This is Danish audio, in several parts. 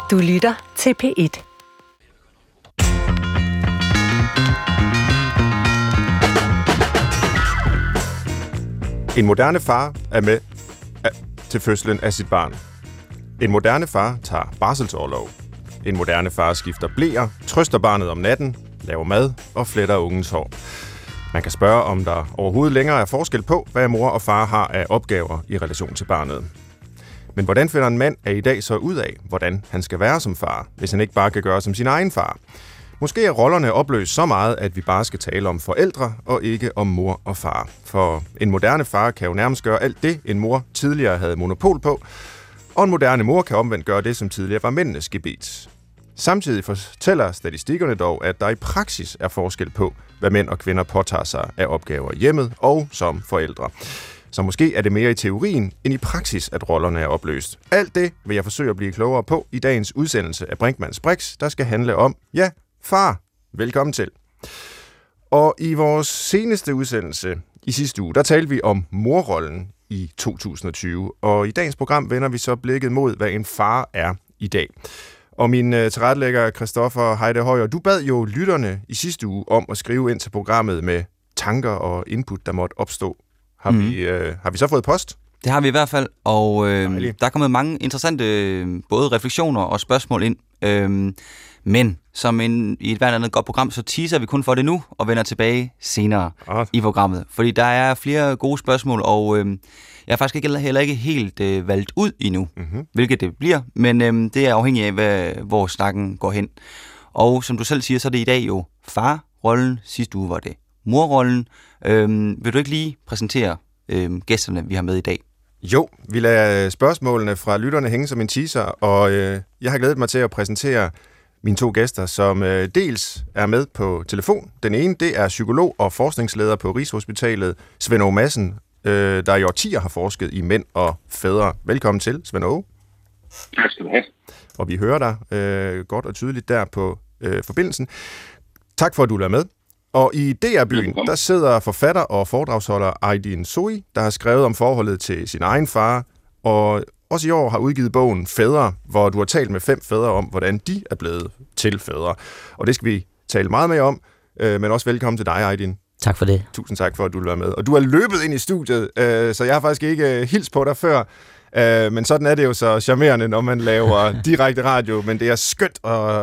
Du lytter til P1. En moderne far er med til fødslen af sit barn. En moderne far tager barselsorlov. En moderne far skifter bleer, trøster barnet om natten, laver mad og fletter ungens hår. Man kan spørge, om der overhovedet længere er forskel på, hvad mor og far har af opgaver i relation til barnet. Men hvordan finder en mand i dag så ud af, hvordan han skal være som far, hvis han ikke bare kan gøre som sin egen far? Måske er rollerne opløst så meget, at vi bare skal tale om forældre og ikke om mor og far. For en moderne far kan jo nærmest gøre alt det, en mor tidligere havde monopol på, og en moderne mor kan omvendt gøre det, som tidligere var mændenes gebet. Samtidig fortæller statistikkerne dog, at der i praksis er forskel på, hvad mænd og kvinder påtager sig af opgaver i hjemmet og som forældre. Så måske er det mere i teorien end i praksis, at rollerne er opløst. Alt det vil jeg forsøge at blive klogere på i dagens udsendelse af Brinkmanns Brix, der skal handle om, ja, far. Velkommen til. Og i vores seneste udsendelse i sidste uge, der talte vi om morrollen i 2020. Og i dagens program vender vi så blikket mod, hvad en far er i dag. Og min tilrettelægger Christoffer Heide Højer, du bad jo lytterne i sidste uge om at skrive ind til programmet med tanker og input, der måtte opstå. Har vi så fået post? Det har vi i hvert fald, og der er kommet mange interessante både refleksioner og spørgsmål ind. Men som i et hvert andet godt program, så teaser vi kun for det nu og vender tilbage senere i programmet. Fordi der er flere gode spørgsmål, og jeg har faktisk heller ikke helt valgt ud endnu, hvilket det bliver. Men det er afhængigt af, hvor snakken går hen. Og som du selv siger, så er det i dag jo farrollen. Sidste uge var det morrollen. Vil du ikke lige præsentere gæsterne, vi har med i dag? Jo, vi lader spørgsmålene fra lytterne hænge som en teaser, og jeg har glædet mig til at præsentere mine to gæster, som dels er med på telefon. Den ene, det er psykolog og forskningsleder på Rigshospitalet, Svend Aage Madsen, der i årtier har forsket i mænd og fædre. Velkommen til, Svend Aage. Tak skal du have. Og vi hører dig godt og tydeligt der på forbindelsen. Tak for, at du er med. Og i DR-byen, der sidder forfatter og foredragsholder Aydin Soy, der har skrevet om forholdet til sin egen far, og også i år har udgivet bogen Fædre, hvor du har talt med 5 fædre om, hvordan de er blevet til fædre. Og det skal vi tale meget mere om, men også velkommen til dig, Aydin. Tak for det. Tusind tak for, at du vil være med. Og du er løbet ind i studiet, så jeg har faktisk ikke hils på dig før, men sådan er det jo så charmerende, når man laver direkte radio, men det er skønt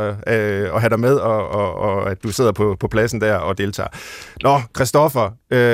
at have dig med, og at du sidder på pladsen der og deltager. Nå, Christoffer,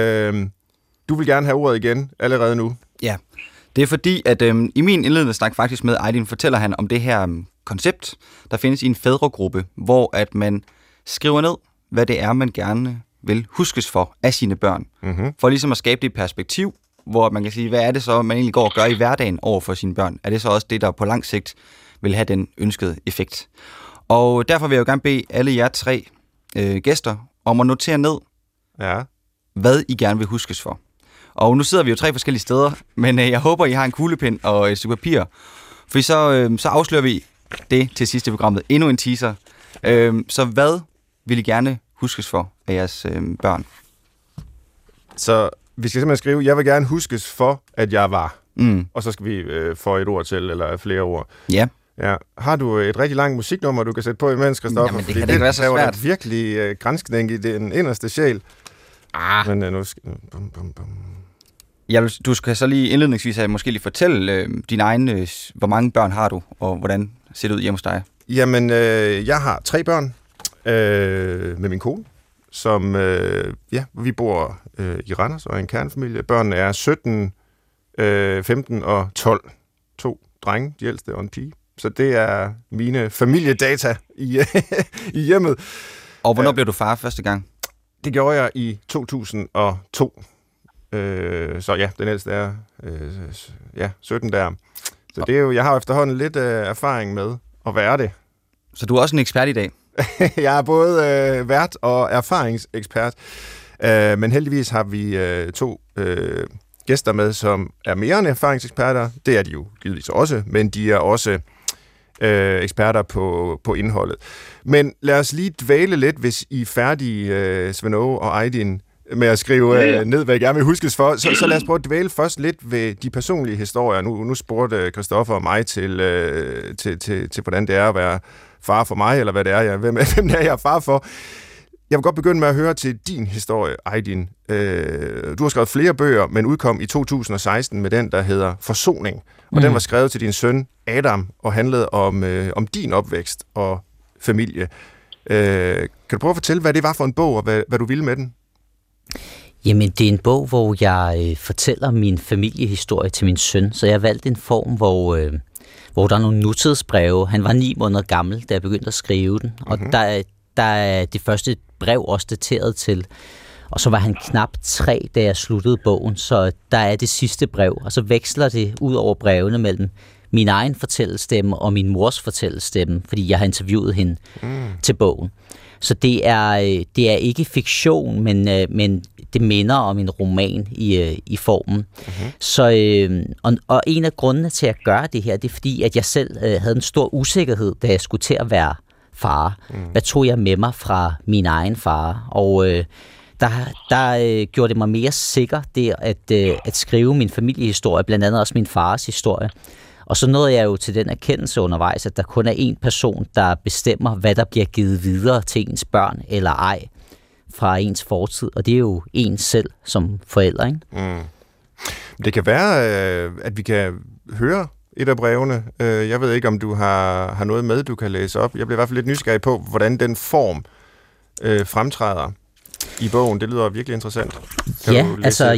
du vil gerne have ordet igen allerede nu. Ja, det er fordi, at i min indledende snak faktisk med Aydin fortæller han om det her koncept, der findes i en fædregruppe, hvor at man skriver ned, hvad det er, man gerne vil huskes for af sine børn. For ligesom at skabe det perspektiv, hvor man kan sige, hvad er det så, man egentlig går og gør i hverdagen over for sine børn? Er det så også det, der på lang sigt vil have den ønskede effekt? Og derfor vil jeg jo gerne bede alle jer 3 gæster om at notere ned, hvad I gerne vil huskes for. Og nu sidder vi jo 3 forskellige steder, men jeg håber, I har en kuglepen og et stykke papir. For så afslører vi det til sidste programmet. Endnu en teaser. Så hvad vil I gerne huskes for af jeres børn? Så vi skal simpelthen skrive, jeg vil gerne huskes for, at jeg var. Og så skal vi få et ord til, eller flere ord. Ja. Ja. Har du et rigtig langt musiknummer, du kan sætte på imens, Christoffer? Jamen, det kan det ikke være så svært. Det er virkelig granskning i den inderste sjæl. Men nu skal... Du skal så lige indledningsvis måske lige fortælle din egen, hvor mange børn har du, og hvordan ser det ud hjemme hos dig? Jamen, jeg har 3 børn med min kone, som, vi bor i Randers og er en kernefamilie. Børnene er 17, 15 og 12. 2 drenge, de ældste, og en pige. Så det er mine familiedata i hjemmet. Og hvornår blev du far første gang? Det gjorde jeg i 2002. Så ja, den ældste er 17 der. Så det er jo, jeg har efterhånden lidt erfaring med at være det. Så du er også en ekspert i dag? Jeg er både vært og erfaringsekspert. Men heldigvis har vi 2 gæster med, som er mere end erfaringseksperter. Det er de jo givetvis også, men de er også eksperter på indholdet. Men lad os lige dvæle lidt, hvis I er færdige, Svend Aage og Aydin, med at skrive ned, hvad jeg gerne vil huskes for. Så lad os prøve at dvæle først lidt ved de personlige historier. Nu spurgte Christoffer og mig til, hvordan det er at være far for mig, eller hvad det er, hvem det er, jeg er far for. Jeg vil godt begynde med at høre til din historie, Aydin. Du har skrevet flere bøger, men udkom i 2016 med den, der hedder Forsoning. Og den var skrevet til din søn Adam, og handlede om din opvækst og familie. Kan du prøve at fortælle, hvad det var for en bog, og hvad du ville med den? Jamen, det er en bog, hvor jeg fortæller min familiehistorie til min søn, så jeg valgte en form, hvor der er nogle nutidsbreve. Han var 9 måneder gammel, da jeg begyndte at skrive den, og der er det første brev også dateret til, og så var han knap 3, da jeg sluttede bogen, så der er det sidste brev, og så veksler det ud over brevene mellem min egen fortællestemme og min mors fortællestemme, fordi jeg har interviewet hende til bogen. Så det er ikke fiktion, men det minder om en roman i formen. Så, og en af grundene til at gøre det her, det er fordi, at jeg selv havde en stor usikkerhed, da jeg skulle til at være far. Hvad tog jeg med mig fra min egen far? Og der gjorde det mig mere sikker, det at skrive min familiehistorie, blandt andet også min fars historie. Og så nåede jeg jo til den erkendelse undervejs, at der kun er én person, der bestemmer, hvad der bliver givet videre til ens børn eller ej fra ens fortid. Og det er jo ens selv som forældre, ikke? Det kan være, at vi kan høre et af brevene. Jeg ved ikke, om du har noget med, du kan læse op. Jeg bliver i hvert fald lidt nysgerrig på, hvordan den form fremtræder i bogen. Det lyder virkelig interessant. Ja, altså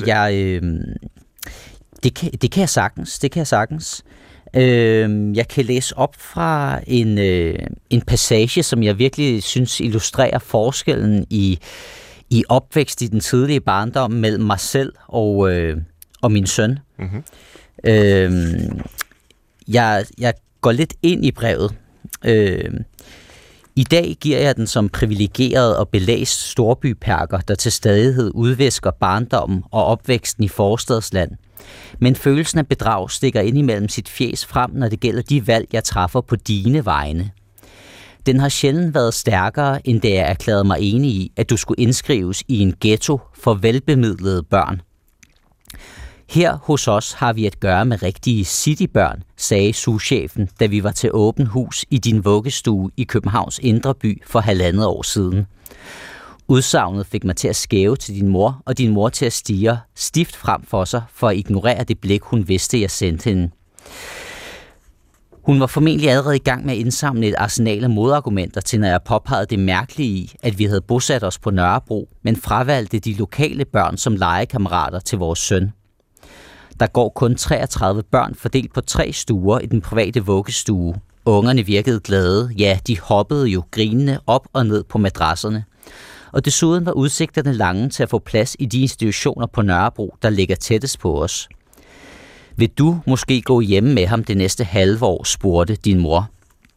det kan jeg sagtens. Jeg kan læse op fra en passage, som jeg virkelig synes illustrerer forskellen i opvækst i den tidlige barndom mellem mig selv og min søn. Jeg går lidt ind i brevet. I dag giver jeg den som privilegeret og belæst storbyperker, der til stadighed udvisker barndommen og opvæksten i forstadsland. Men følelsen af bedrag stikker indimellem sit fjes frem, når det gælder de valg, jeg træffer på dine vegne. Den har sjældent været stærkere, end da jeg erklærede mig enig i, at du skulle indskrives i en ghetto for velbemidlede børn. Her hos os har vi at gøre med rigtige citybørn, sagde souschefen, da vi var til åben hus i din vuggestue i Københavns Indre By for 1,5 år siden. Udsagnet fik mig til at skæve til din mor, og din mor til at stirre stift frem for sig, for at ignorere det blik, hun vidste, jeg sendte hende. Hun var formentlig allerede i gang med at indsamle et arsenal af modargumenter til, når jeg påpegede det mærkelige i, at vi havde bosat os på Nørrebro, men fravalgte de lokale børn som legekammerater til vores søn. Der går kun 33 børn fordelt på 3 stuer i den private vuggestue. Ungerne virkede glade, ja, de hoppede jo grinende op og ned på madrasserne. Og desuden var udsigterne lange til at få plads i de institutioner på Nørrebro, der ligger tættest på os. Vil du måske gå hjemme med ham det næste halve år, spurgte din mor.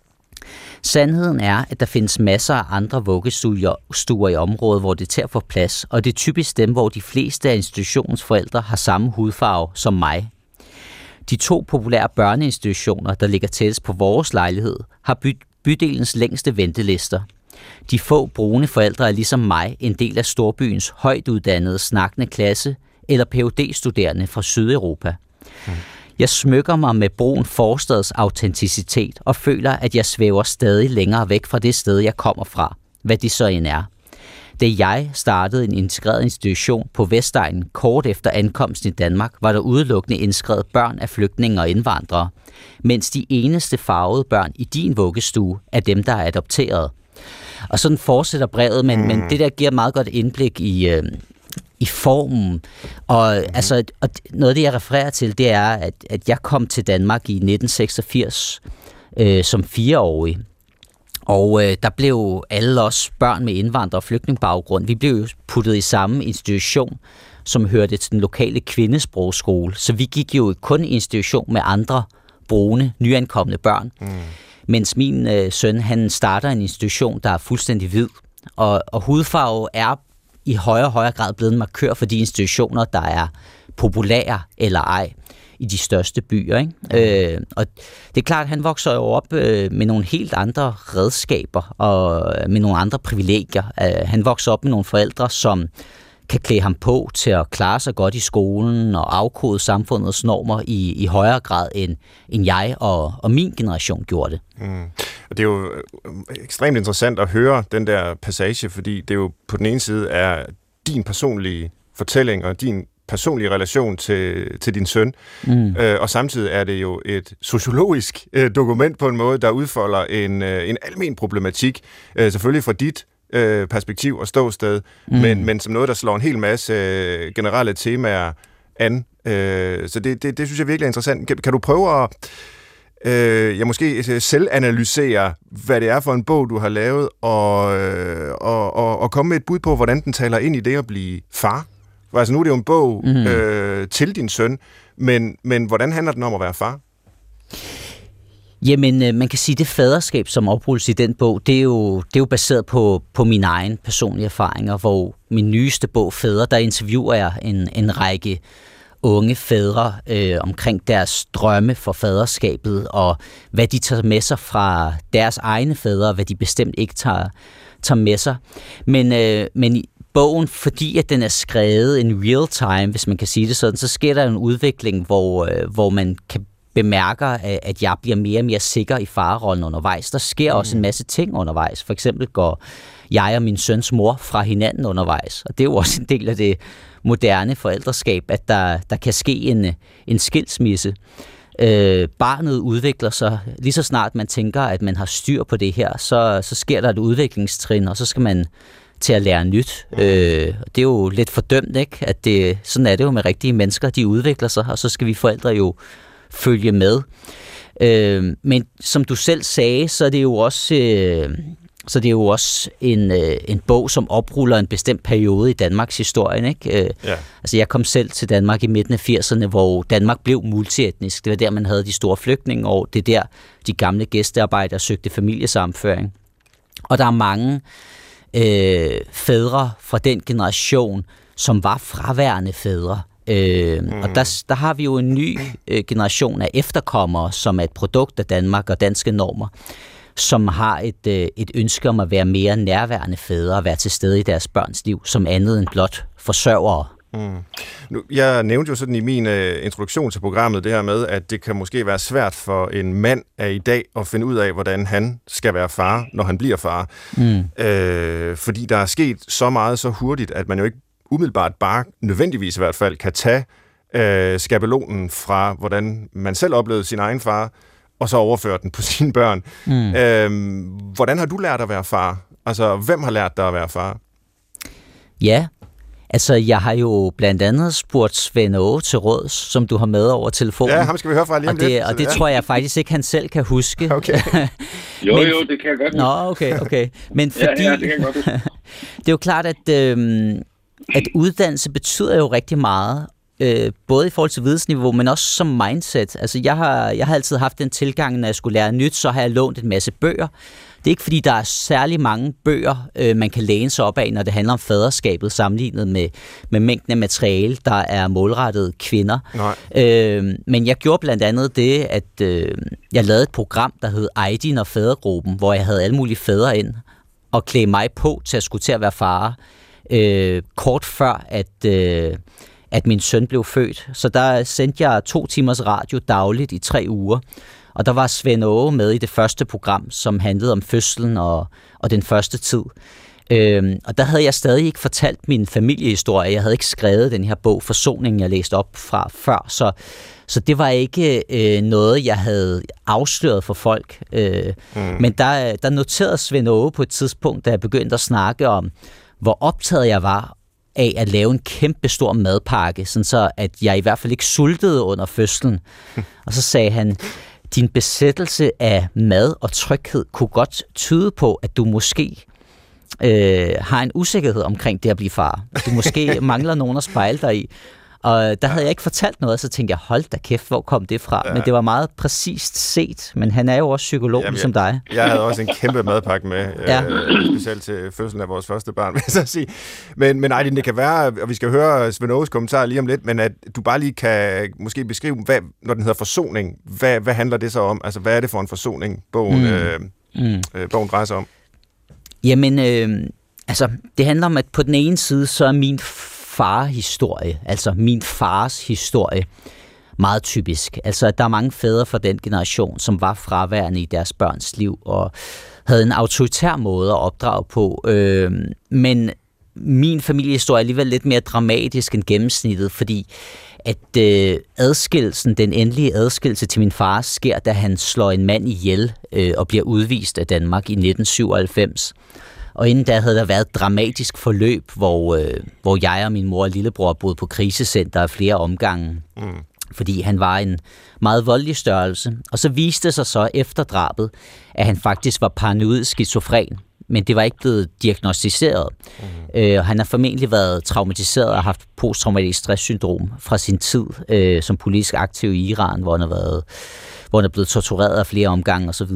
Sandheden er, at der findes masser af andre vuggestuer i området, hvor det er til at få plads, og det er typisk dem, hvor de fleste af institutionens forældre har samme hudfarve som mig. De 2 populære børneinstitutioner, der ligger tættest på vores lejlighed, har bydelens længste ventelister. De få brune forældre er ligesom mig en del af storbyens højt uddannede snakkende klasse eller Ph.D.-studerende fra Sydeuropa. Jeg smykker mig med brun forstads autenticitet og føler, at jeg svæver stadig længere væk fra det sted, jeg kommer fra, hvad det så end er. Da jeg startede en integreret institution på Vestegnen kort efter ankomsten i Danmark, var der udelukkende indskrevet børn af flygtninge og indvandrere, mens de eneste farvede børn i din vuggestue er dem, der er adopteret. Og sådan fortsætter brevet, men det der giver meget godt indblik i formen. Og, altså, og noget af det, jeg refererer til, det er, at jeg kom til Danmark i 1986 som 4-årig. Og der blev alle os børn med indvandrer- og flygtningbaggrund, vi blev puttet i samme institution, som hørte til den lokale kvindesprogsskole. Så vi gik jo kun i institution med andre brune, nyankomne børn. Mens min søn, han starter en institution, der er fuldstændig hvid. Og hudfarve er i højere og højere grad blevet en markør for de institutioner, der er populære eller ej i de største byer. Ikke? Og det er klart, at han vokser jo op med nogle helt andre redskaber og med nogle andre privilegier. Han vokser op med nogle forældre, som kan klæde ham på til at klare sig godt i skolen og afkode samfundets normer i højere grad, end jeg og min generation gjorde det. Og det er jo ekstremt interessant at høre den der passage, fordi det jo på den ene side er din personlige fortælling og din personlige relation til din søn, og samtidig er det jo et sociologisk dokument på en måde, der udfolder en almen problematik, selvfølgelig fra dit perspektiv og ståsted, men som noget, der slår en hel masse generelle temaer an. Så det synes jeg virkelig er interessant. Kan du prøve at måske selv analysere, hvad det er for en bog, du har lavet, og komme med et bud på, hvordan den taler ind i det at blive far? For altså nu er det jo en bog til din søn, men hvordan handler den om at være far? Jamen, man kan sige, at det faderskab, som oprulles i den bog, det er jo baseret på mine egne personlige erfaringer, hvor min nyeste bog, Fædre, der interviewer jeg en række unge fædre omkring deres drømme for faderskabet, og hvad de tager med sig fra deres egne fædre, og hvad de bestemt ikke tager med sig. Men i bogen, fordi at den er skrevet in real time, hvis man kan sige det sådan, så sker der en udvikling, hvor man kan bemærker, at jeg bliver mere og mere sikker i farrollen undervejs. Der sker også en masse ting undervejs. For eksempel går jeg og min søns mor fra hinanden undervejs. Og det er jo også en del af det moderne forældreskab, at der kan ske en skilsmisse. Barnet udvikler sig. Lige så snart man tænker, at man har styr på det her, så sker der et udviklingstrin, og så skal man til at lære nyt. Det er jo lidt fordømt, ikke? At sådan er det jo med rigtige mennesker. De udvikler sig, og så skal vi forældre jo følge med. Men som du selv sagde, så er det jo også en bog, som opruller en bestemt periode i Danmarks historie, ikke? Altså jeg kom selv til Danmark i midten af 80'erne, hvor Danmark blev multietnisk. Det var der, man havde de store flygtningeår. Det er der, de gamle gæstearbejdere søgte familiesammenføring. Og der er mange fædre fra den generation, som var fraværende fædre. Og der har vi jo en ny generation af efterkommere, som er et produkt af Danmark og danske normer, som har et ønske om at være mere nærværende fædre og være til stede i deres børns liv, som andet end blot forsørgere. Jeg nævnte jo sådan i min introduktion til programmet det her med, at det kan måske være svært for en mand af i dag at finde ud af, hvordan han skal være far, når han bliver far. Fordi der er sket så meget så hurtigt, at man jo ikke umiddelbart bare nødvendigvis i hvert fald kan tage skabelonen fra, hvordan man selv oplevede sin egen far, og så overføre den på sine børn. Hvordan har du lært at være far? Altså, hvem har lært dig at være far? Ja, altså jeg har jo blandt andet spurgt Svend Åge til råds, som du har med over telefonen. Ja, ham skal vi høre fra lige om lidt. Og det tror jeg faktisk ikke, han selv kan huske. Okay. Jo, det kan jeg godt huske. Nå, okay. Men fordi, ja, det kan jeg godt huske. Det er jo klart, at uddannelse betyder jo rigtig meget, både i forhold til vidensniveau, men også som mindset. Altså jeg har altid haft den tilgang, når jeg skulle lære nyt, så har jeg lånt en masse bøger. Det er ikke fordi, der er særlig mange bøger, man kan læne sig op af, når det handler om faderskabet, sammenlignet med mængden af materiale, der er målrettet kvinder. Men jeg gjorde blandt andet det, at jeg lavede et program, der hed Aydin og Fædregruppen, hvor jeg havde alle mulige fædre ind og klæde mig på til at skulle til at være far. Kort før, at min søn blev født. Så der sendte jeg 2 timers radio dagligt i 3 uger. Og der var Svend Åge med i det første program, som handlede om fødslen og den første tid. Og der havde jeg stadig ikke fortalt min familiehistorie. Jeg havde ikke skrevet den her bog, Forsoningen, jeg læste op fra før. Så det var ikke noget, jeg havde afsløret for folk. Men der noterede Svend Åge på et tidspunkt, da jeg begyndte at snakke om, hvor optaget jeg var af at lave en kæmpe stor madpakke, sådan så at jeg i hvert fald ikke sultede under fødslen. Og så sagde han, din besættelse af mad og tryghed kunne godt tyde på, at du måske har en usikkerhed omkring det at blive far. Du måske mangler nogen at spejle dig i. Og der havde jeg ikke fortalt noget, så tænkte jeg, hold da kæft, hvor kom det fra? Ja. Men det var meget præcist set, men han er jo også psykolog, som dig. Jeg havde også en kæmpe madpakke med, specielt til fødslen af vores første barn, vil jeg sige. Men Aydin, det kan være, og vi skal høre Svend Åges kommentar lige om lidt, men at du bare lige kan måske beskrive, når den hedder Forsoning, hvad handler det så om? Altså, hvad er det for en forsoning, bogen drejer sig om? Jamen, altså, det handler om, at på den ene side, så er min farhistorie, altså min fars historie, meget typisk. Altså, der er mange fædre fra den generation, som var fraværende i deres børns liv, og havde en autoritær måde at opdrage på. Men min familiehistorie er alligevel lidt mere dramatisk end gennemsnittet, fordi at adskillelsen, den endelige adskillelse til min far, sker, da han slår en mand ihjel og bliver udvist af Danmark i 1997. Og inden da havde der været et dramatisk forløb, hvor jeg og min mor og lillebror boede på krisecenter af flere omgange. Fordi han var en meget voldelig størrelse. Og så viste det sig så efter drabet, at han faktisk var paranoid skizofren. Men det var ikke blevet diagnostiseret. Han har formentlig været traumatiseret og haft posttraumatisk stresssyndrom fra sin tid som politisk aktiv i Iran, hvor han er blevet tortureret af flere omgange osv.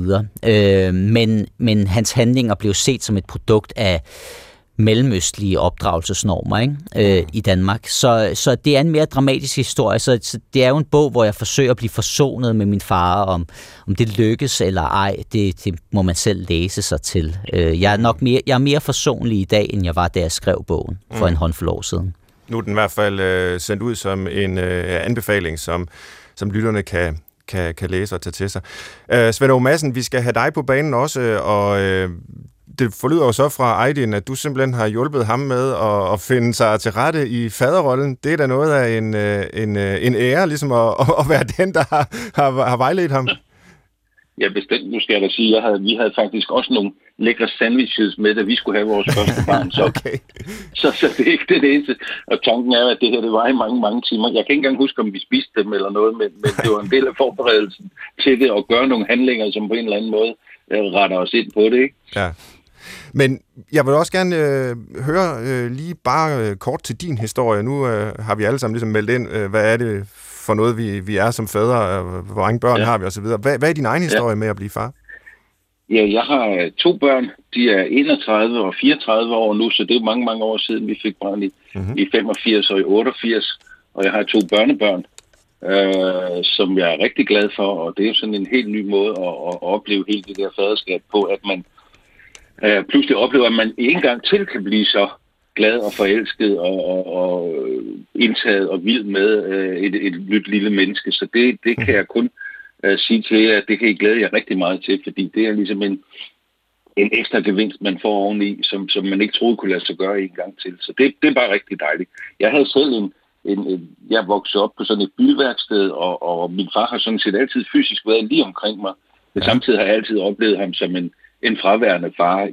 Men hans handlinger blev set som et produkt af mellemøstlige opdragelsesnormer, ikke? I Danmark. Så det er en mere dramatisk historie. Så det er jo en bog, hvor jeg forsøger at blive forsonet med min far, om det lykkes eller ej. Det må man selv læse sig til. Jeg er mere forsonlig i dag, end jeg var, da jeg skrev bogen for en håndfuld år siden. Nu er den i hvert fald sendt ud som en anbefaling, som lytterne kan læse og tage til sig. Svend Aage Madsen, vi skal have dig på banen også, og det forlyder jo så fra Aydin, at du simpelthen har hjulpet ham med at finde sig til rette i faderrollen. Det er da noget af en ære, ligesom at være den, der har vejledt ham. Ja, bestemt. Nu skal jeg da sige, vi havde faktisk også nogle lækre sandwiches med, da vi skulle have vores første barn. Så, okay. så det er ikke det eneste. Og tanken er, at det her det var i mange, mange timer. Jeg kan ikke engang huske, om vi spiste dem eller noget, men det var en del af forberedelsen til det, at gøre nogle handlinger, som på en eller anden måde retter os ind på det, ikke? Ja. Men jeg vil også gerne høre lige bare kort til din historie. Nu har vi alle sammen ligesom meldt ind, hvad er det for noget, vi er som fædre, hvor mange børn har vi osv. Hvad er din egen historie med at blive far? Ja, jeg har 2 børn. De er 31 og 34 år nu, så det er mange, mange år siden, vi fik børn i 85 og i 88. Og jeg har 2 børnebørn, som jeg er rigtig glad for, og det er jo sådan en helt ny måde at opleve hele det der faderskab på, at man pludselig oplever, at man ikke engang til kan blive så glad og forelsket og indtaget og vild med et nyt lille menneske. Så det kan jeg kun sige til jer, at det kan I glæde jer rigtig meget til, fordi det er ligesom en ekstra gevinst, man får oveni, som man ikke troede kunne lade sig gøre en gang til. Så det er bare rigtig dejligt. Jeg havde selv jeg voksede op på sådan et bilværksted, og min far har sådan set altid fysisk været lige omkring mig. Men samtidig har jeg altid oplevet ham som en fraværende far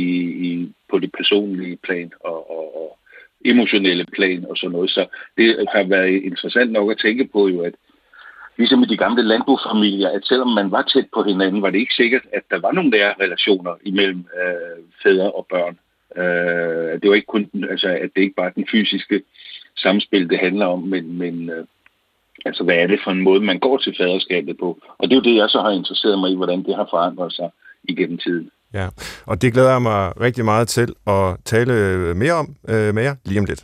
på det personlige plan og emotionelle plan og sådan noget. Så det har været interessant nok at tænke på jo, at ligesom i de gamle landbofamilier, at selvom man var tæt på hinanden, var det ikke sikkert, at der var nogle nære relationer imellem fædre og børn. Det var ikke kun, altså, at det ikke bare den fysiske samspil, det handler om, men altså, hvad er det for en måde, man går til faderskabet på? Og det er jo det, jeg så har interesseret mig i, hvordan det har forandret sig igennem tiden. Ja, og det glæder jeg mig rigtig meget til at tale mere om med jer lige om lidt.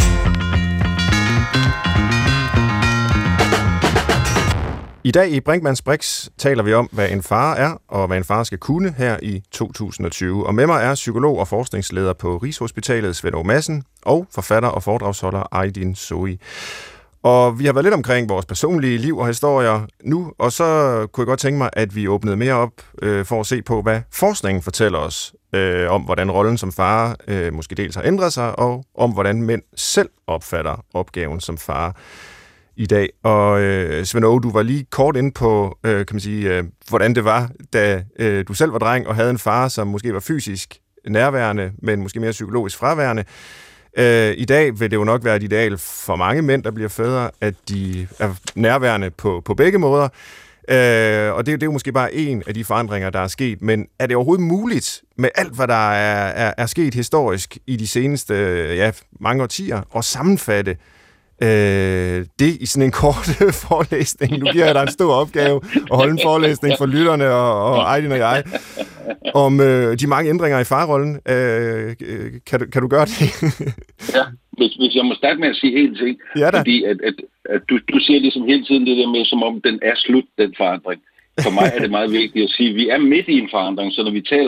I dag i Brinkmanns Brix taler vi om, hvad en far er, og hvad en far skal kunne her i 2020. Og med mig er psykolog og forskningsleder på Rigshospitalet, Svend Aage Madsen, og forfatter og foredragsholder Aydin Soei. Og vi har været lidt omkring vores personlige liv og historier nu, og så kunne jeg godt tænke mig, at vi åbnede mere op for at se på, hvad forskningen fortæller os om, hvordan rollen som far måske dels har ændret sig, og om hvordan mænd selv opfatter opgaven som far i dag. Og Svend Aage, du var lige kort inde på, kan man sige, hvordan det var, da du selv var dreng og havde en far, som måske var fysisk nærværende, men måske mere psykologisk fraværende. I dag vil det jo nok være et ideal for mange mænd, der bliver fædre, at de er nærværende på begge måder. Og det er jo måske bare en af de forandringer, der er sket. Men er det overhovedet muligt, med alt, hvad der er sket historisk i de seneste mange årtier, at sammenfatte det i sådan en kort forelæsning? Nu giver jeg dig en stor opgave at holde en forelæsning for lytterne og Aydin og jeg om de mange ændringer i farrollen. Kan du gøre det? Ja, hvis jeg må starte med at sige en ting. Ja, fordi at du siger ligesom hele tiden det der med, som om den er slut, den forandring. For mig er det meget vigtigt at sige, at vi er midt i en forandring, så når vi taler om,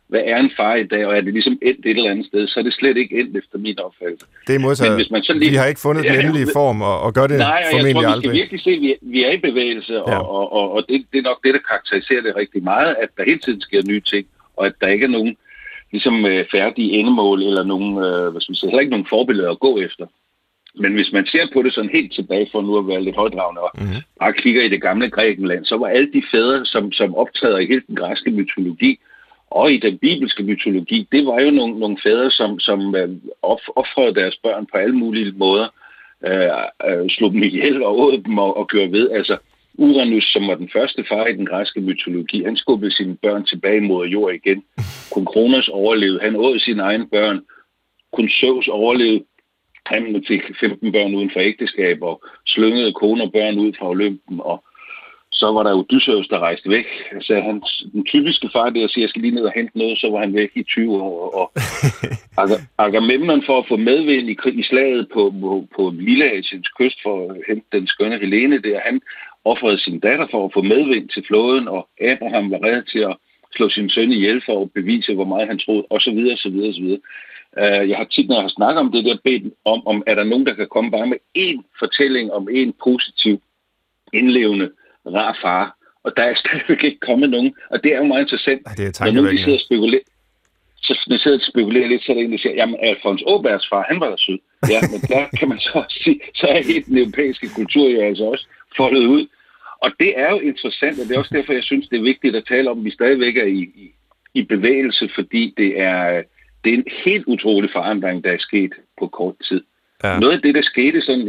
hvad er en far i dag, og er det ligesom endt et eller andet sted, så er det slet ikke endt efter min opfattelse. Det er modsat. Hvis man sådan lige, vi har ikke fundet den endelige form, og gør det formentlig aldrig. Nej, jeg tror, vi skal virkelig se, at vi er i bevægelse, og det er nok det, der karakteriserer det rigtig meget, at der hele tiden sker nye ting, og at der ikke er nogen ligesom færdige endemål, eller nogen, heller ikke nogen forbilleder at gå efter. Men hvis man ser på det sådan helt tilbage, for nu at være lidt højdragende, og bare kigger i det gamle Grækenland, så var alle de fædre, som optræder i hele den græske mytologi, og i den bibelske mytologi, det var jo nogle fædre, som offrede deres børn på alle mulige måder, slog dem ihjel og åd dem og gjorde ved. Altså Uranus, som var den første far i den græske mytologi, han skubbede sine børn tilbage mod jord igen. Kun Kronos overlevede, han åd sine egne børn. Kun Zeus overlevede, han fik 15 børn uden for ægteskab og slyngede kone og børn ud fra Olympen, og så var der Odysseus, der rejste væk. Altså, den typiske far, det at sige, jeg skal lige ned og hente noget, så var han væk i 20 år. Og Agamemnon for at få medvind i slaget på Lilleasiens kyst for at hente den skønne Helene der, han offrede sin datter for at få medvind til flåden, og Abraham var rede til at slå sin søn ihjel for at bevise, hvor meget han troede, og så videre, så videre, så videre. Jeg har tit, når jeg har snakket om det der, bedt om er der nogen, der kan komme bare med én fortælling om en positiv, indlevende, rar far, og der er stadigvæk ikke kommet nogen, og det er jo meget interessant. Når nu vi sidder og spekulerer lidt, så er der en, der siger, jamen Alfons Åbergs far, han var da sød. Ja, men der kan man så også sige, så er helt den europæiske kultur jo altså også foldet ud. Og det er jo interessant, og det er også derfor, jeg synes, det er vigtigt at tale om, at vi stadigvæk er i bevægelse, fordi det er en helt utrolig forandring, der er sket på kort tid. Ja. Noget af det, der skete sådan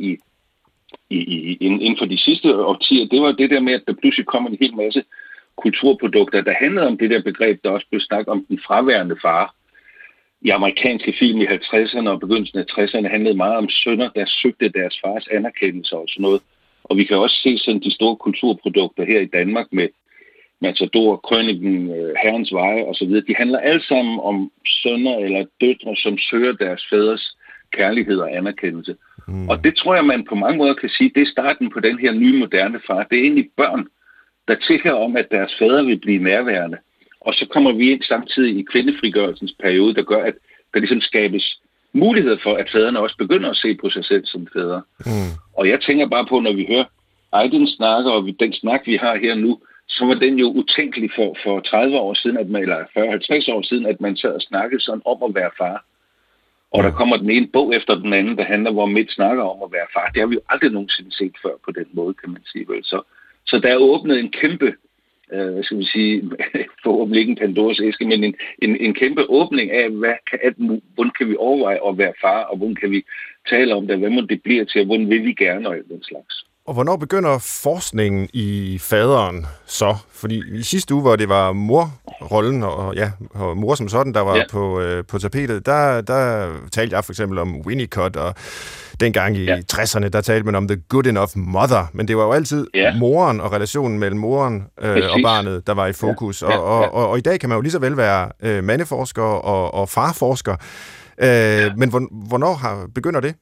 inden for de sidste årtier, det var det der med, at der pludselig kom en hel masse kulturprodukter, der handlede om det der begreb, der også blev snakket om den fraværende far. I amerikanske film i 50'erne og begyndelsen af 60'erne handlede meget om sønner, der søgte deres fars anerkendelse og sådan noget. Og vi kan også se sådan de store kulturprodukter her i Danmark med Matador, Krøniken, Herrens Veje osv. De handler alle sammen om sønner eller døtre, som søger deres fædres kærlighed og anerkendelse. Og det tror jeg, man på mange måder kan sige, det er starten på den her nye moderne far. Det er egentlig børn, der tænker om, at deres fædre vil blive nærværende. Og så kommer vi ind samtidig i kvindefrigørelsens periode, der gør, at der ligesom skabes mulighed for, at fædrene også begynder at se på sig selv som fædre. Og jeg tænker bare på, når vi hører Aydin snakker, og den snak, vi har her nu, så var den jo utænkelig for 30 år siden, eller 40-50 år siden, at man sad og snakkede sådan om at være far. Og der kommer den ene bog efter den anden, der handler, hvor Midt snakker om at være far. Det har vi jo aldrig nogensinde set før på den måde, kan man sige. Vel? Så der er åbnet en kæmpe, forhåbentlig ikke en Pandoras æske, men en kæmpe åbning af, hvordan kan vi overveje at være far, og hvordan kan vi tale om det, hvad må det bliver til, og hvordan vil vi gerne, og den slags. Og hvornår begynder forskningen i faderen så? Fordi i sidste uge, hvor det var morrollen og mor som sådan, der var på tapetet, der talte jeg for eksempel om Winnicott, og dengang i 60'erne, der talte man om the good enough mother, men det var jo altid moren og relationen mellem moren og barnet, der var i fokus. Og i dag kan man jo lige så vel være mandeforsker og farforsker. Men hvornår begynder det?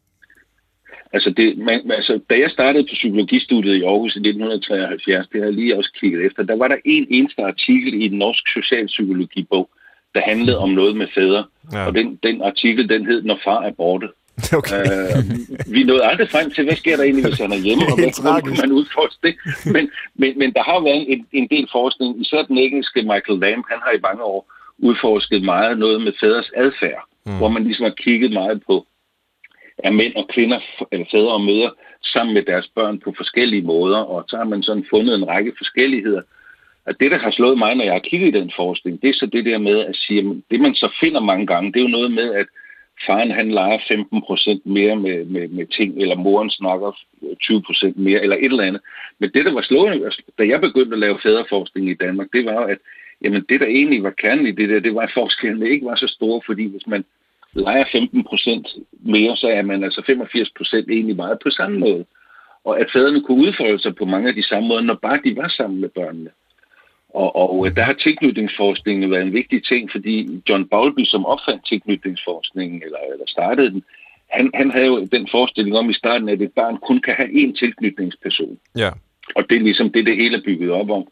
Da jeg startede på psykologistudiet i Aarhus i 1973, det har jeg lige også kigget efter, der var der en eneste artikel i en norsk socialpsykologibog, der handlede om noget med fædre. Ja. Og den artikel, den hed Når far er borte. Okay. Vi nåede aldrig frem til, hvad sker der egentlig, hvis han er hjemme, og hvordan kan man udforske det. Men der har jo været en del forskning, især den engelske Michael Lamb, han har i mange år udforsket meget noget med fædres adfærd, hvor man ligesom har kigget meget på, er mænd og kvinder, eller fædre og mødre, sammen med deres børn på forskellige måder, og så har man sådan fundet en række forskelligheder. Og det, der har slået mig, når jeg har kigget i den forskning, det er så det der med at sige, at det man så finder mange gange, det er jo noget med, at faren han leger 15% mere med ting, eller moren snakker 20% mere, eller et eller andet. Men det, der var slående, da jeg begyndte at lave fædreforskning i Danmark, det var jo, at jamen, det, der egentlig var kernen i det var, at forskellen ikke var så stor, fordi hvis man leger 15% mere, så er man altså 85% egentlig meget på samme måde. Og at fædrene kunne udfolde sig på mange af de samme måder, når bare de var sammen med børnene. Og der har tilknytningsforskningen været en vigtig ting, fordi John Bowlby, som opfandt tilknytningsforskningen, eller startede den, han havde jo den forestilling om i starten, at et barn kun kan have én tilknytningsperson. Ja. Og det er ligesom det hele er bygget op om.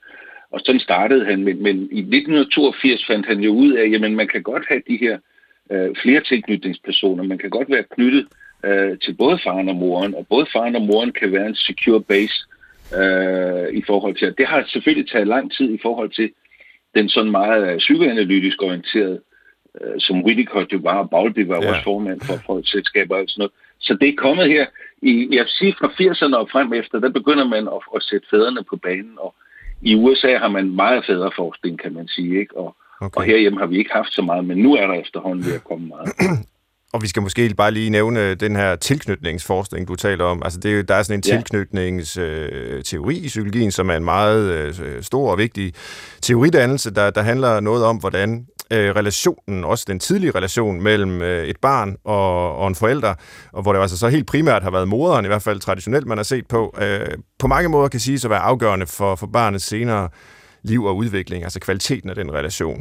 Og sådan startede han, men i 1982 fandt han jo ud af, jamen man kan godt have de her flere tilknytningspersoner. Man kan godt være knyttet til både faren og moren, og både faren og moren kan være en secure base i forhold til. Det har selvfølgelig taget lang tid i forhold til den sådan meget psykoanalytisk orienteret, som Winnicott jo var, og Bowlby var også formand for et selskab og sådan noget. Så det er kommet her, jeg vil sige fra 80'erne og frem efter, der begynder man at sætte fædrene på banen, og i USA har man meget fædreforskning, kan man sige, ikke? Og herhjemme har vi ikke haft så meget, men nu er der efterhånden ved at komme meget. Og vi skal måske bare lige nævne den her tilknytningsforskning, du taler om. Altså der er sådan en tilknytningsteori i psykologien, som er en meget stor og vigtig teoridannelse, der handler noget om, hvordan relationen, også den tidlige relation mellem et barn og en forælder, og hvor det altså så helt primært har været moderen, i hvert fald traditionelt, man har set på mange måder kan siges at være afgørende for barnets senere liv og udvikling, altså kvaliteten af den relation.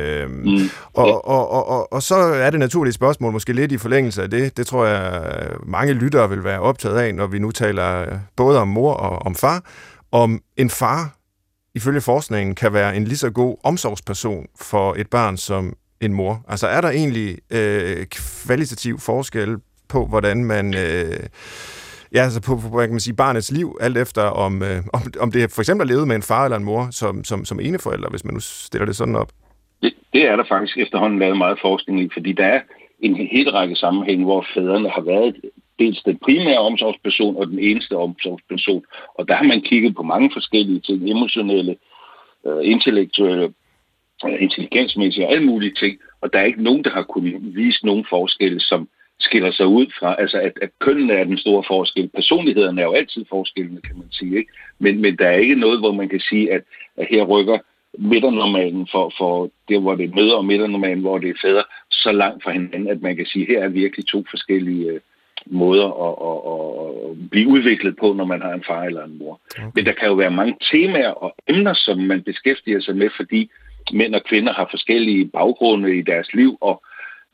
Og så er det naturlige spørgsmål, måske lidt i forlængelse af det. Det tror jeg, mange lyttere vil være optaget af, når vi nu taler både om mor og om far. Om en far, ifølge forskningen, kan være en lige så god omsorgsperson for et barn som en mor. Altså er der egentlig kvalitativ forskel på, hvordan man... altså på hvad kan man sige, barnets liv, alt efter om det for eksempel er levet med en far eller en mor som eneforælder, hvis man nu stiller det sådan op? Det er der faktisk efterhånden lavet meget forskning i, fordi der er en hel række sammenhæng, hvor fædrene har været dels den primære omsorgsperson og den eneste omsorgsperson. Og der har man kigget på mange forskellige ting, emotionelle, intellektuelle, intelligensmæssige og alle mulige ting. Og der er ikke nogen, der har kunnet vise nogen forskelle, som skiller sig ud fra, altså at kønnene er den store forskel. Personlighederne er jo altid forskellene, kan man sige, ikke? Men der er ikke noget, hvor man kan sige, at her rykker midternormalen for det, hvor det er mødre, og midternormalen, hvor det er fædre, så langt fra hinanden, at man kan sige, at her er virkelig to forskellige måder at blive udviklet på, når man har en far eller en mor. Okay. Men der kan jo være mange temaer og emner, som man beskæftiger sig med, fordi mænd og kvinder har forskellige baggrunde i deres liv, og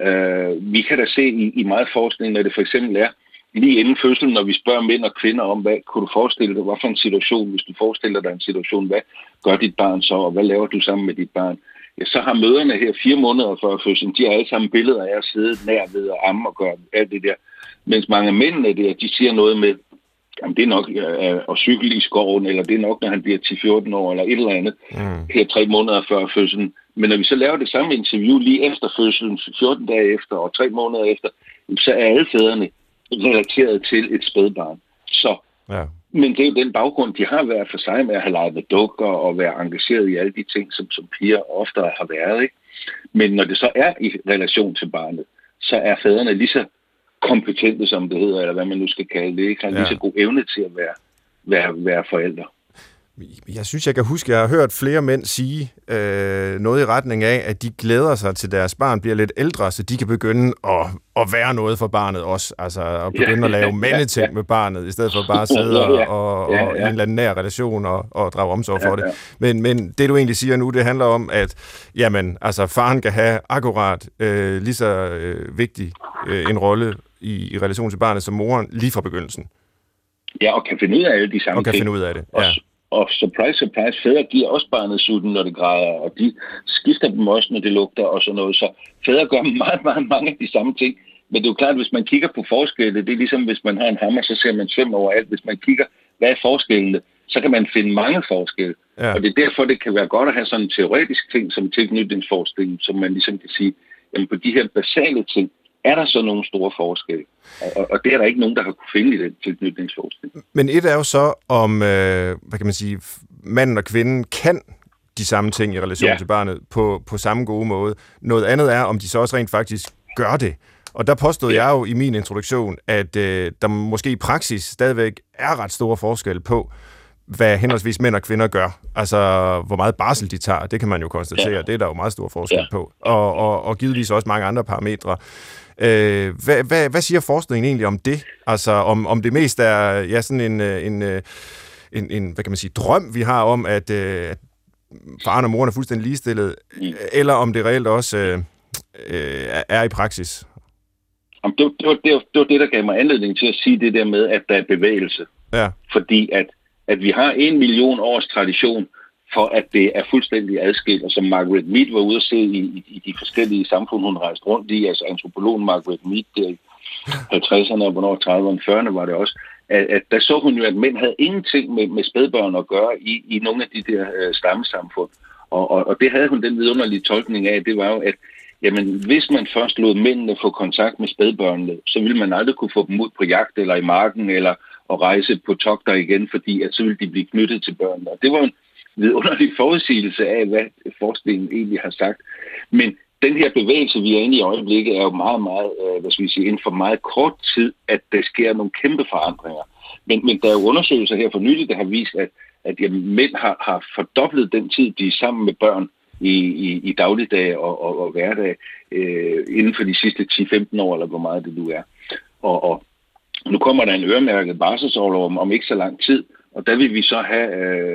vi kan da se i meget forskning, når det for eksempel er lige inden fødslen, når vi spørger mænd og kvinder om, hvad kunne du forestille dig, hvad for en situation, hvis du forestiller dig en situation, hvad gør dit barn så, og hvad laver du sammen med dit barn? Ja, så har mødrene her 4 måneder før fødslen, de har alle sammen billeder af at sidde nær ved at amme og gøre alt det der. Mens mange af mændene der, de siger noget med, jamen det er nok at cykle i skoven, eller det er nok, når han bliver 10-14 år, eller et eller andet, her 3 måneder før fødslen. Men når vi så laver det samme interview lige efter fødslen, 14 dage efter og 3 måneder efter, så er alle fædrene relateret til et spædbarn. Så, men det er den baggrund, de har været for sig med at have leget med dukker og være engageret i alle de ting, som piger ofte har været, ikke? Men når det så er i relation til barnet, så er fædrene lige så kompetente, som det hedder, eller hvad man nu skal kalde det, ikke? Har lige så god evne til at være forældre. Jeg synes, jeg kan huske, at jeg har hørt flere mænd sige noget i retning af, at de glæder sig til, deres barn bliver lidt ældre, så de kan begynde at være noget for barnet også. Altså at begynde at lave mandeting med barnet, i stedet for bare at sidde og i en eller anden nær relation og drage omsorg for det. Men det, du egentlig siger nu, det handler om, at jamen, altså, faren kan have akkurat lige så vigtig en rolle i relation til barnet som moren lige fra begyndelsen. Ja, og kan finde ud af alle de samme ting. Og kan finde ud af det, ja. Og surprise, fædre giver også barnet sutten, når det græder, og de skifter dem også, når det lugter og sådan noget. Så fædre gør mange af de samme ting. Men det er jo klart, at hvis man kigger på forskelle, det er ligesom, hvis man har en hammer, så ser man svømme overalt. Hvis man kigger, hvad er forskellene, så kan man finde mange forskelle. Ja. Og det er derfor, det kan være godt at have sådan en teoretisk ting som tilknytningsforskning, som man ligesom kan sige, jamen på de her basale ting, er der så nogle store forskelle? Og det er der ikke nogen, der har kunne finde i den tilknytningsforskning. Men et er jo så, om hvad kan man sige, manden og kvinden kan de samme ting i relation til barnet på samme gode måde. Noget andet er, om de så også rent faktisk gør det. Og der påstod jeg jo i min introduktion, at der måske i praksis stadigvæk er ret store forskelle på, hvad henholdsvis mænd og kvinder gør. Altså, hvor meget barsel de tager, det kan man jo konstatere. Det er der jo meget stor forskel på. Og givetvis også mange andre parametre. Hvad siger forskningen egentlig om det? Altså, om det mest er sådan en hvad kan man sige, drøm, vi har om, at faren og moren er fuldstændig ligestillet, eller om det reelt også er i praksis? Det var det, der gav mig anledning til at sige det der med, at der er bevægelse. Ja. Fordi at vi har 1 million års tradition for at det er fuldstændig adskilt. Og som Margaret Mead var ude at se i de forskellige samfund, hun rejste rundt i, altså antropologen Margaret Mead der i 50'erne og hvornår 30'erne, 40'erne var det også, at der så hun jo, at mænd havde ingenting med spædbørn at gøre i nogle af de der stammesamfund. Og det havde hun den vidunderlige tolkning af, det var jo, at jamen, hvis man først lod mændene få kontakt med spædbørnene, så ville man aldrig kunne få dem ud på jagt eller i marken eller at rejse på togter igen, fordi at så ville de blive knyttet til børnene. Og det var en vidunderlig forudsigelse af, hvad forskningen egentlig har sagt. Men den her bevægelse, vi er inde i øjeblikket, er jo meget, meget, inden for meget kort tid, at der sker nogle kæmpe forandringer. Men der er jo undersøgelser her for nylig, der har vist, at mænd har fordoblet den tid, de er sammen med børn i dagligdag og hverdag inden for de sidste 10-15 år, eller hvor meget det nu er. Og nu kommer der en øremærket barselsorlov om ikke så lang tid, og der vil vi så have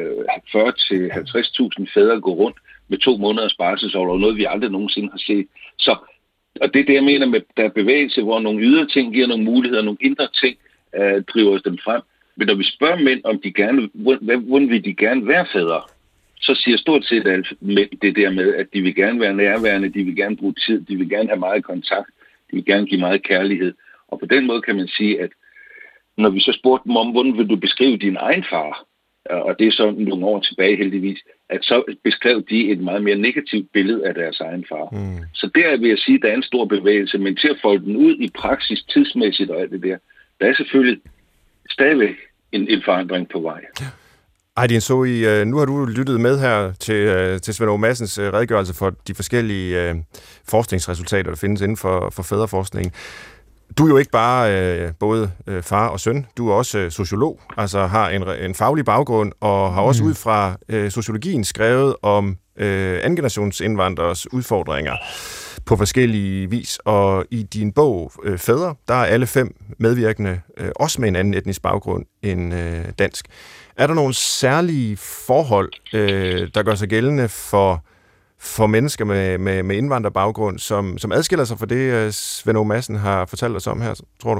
40-50.000 fædre gå rundt med 2 måneders barselsorlov, noget vi aldrig nogensinde har set. Så, og det er det, jeg mener med, der er bevægelse, hvor nogle ydre ting giver nogle muligheder, nogle indre ting driver dem frem. Men når vi spørger mænd, om de gerne, hvordan vil de gerne være fædre, så siger stort set alle mænd det der med, at de vil gerne være nærværende, de vil gerne bruge tid, de vil gerne have meget kontakt, de vil gerne give meget kærlighed. Og på den måde kan man sige, at når vi så spurgte dem om, hvordan vil du beskrive din egen far, og det er så nogle år tilbage heldigvis, at så beskrev de et meget mere negativt billede af deres egen far. Så der vil jeg sige, at der er en stor bevægelse, men til at folde den ud i praksis tidsmæssigt og alt det der er selvfølgelig stadigvæk en forandring på vej. Aydin Soei, nu har du lyttet med her til Svend Aage Madsens redegørelse for de forskellige forskningsresultater, der findes inden for fædreforskningen. Du er jo ikke bare både far og søn, du er også sociolog, altså har en faglig baggrund, og har også ud fra sociologien skrevet om andengenerationsindvandreres udfordringer på forskellige vis. Og i din bog Fædre, der er alle 5 medvirkende også med en anden etnisk baggrund end dansk. Er der nogle særlige forhold, der gør sig gældende for mennesker med indvandrerbaggrund, som adskiller sig fra det, Svend Aage Madsen har fortalt os om her, tror du?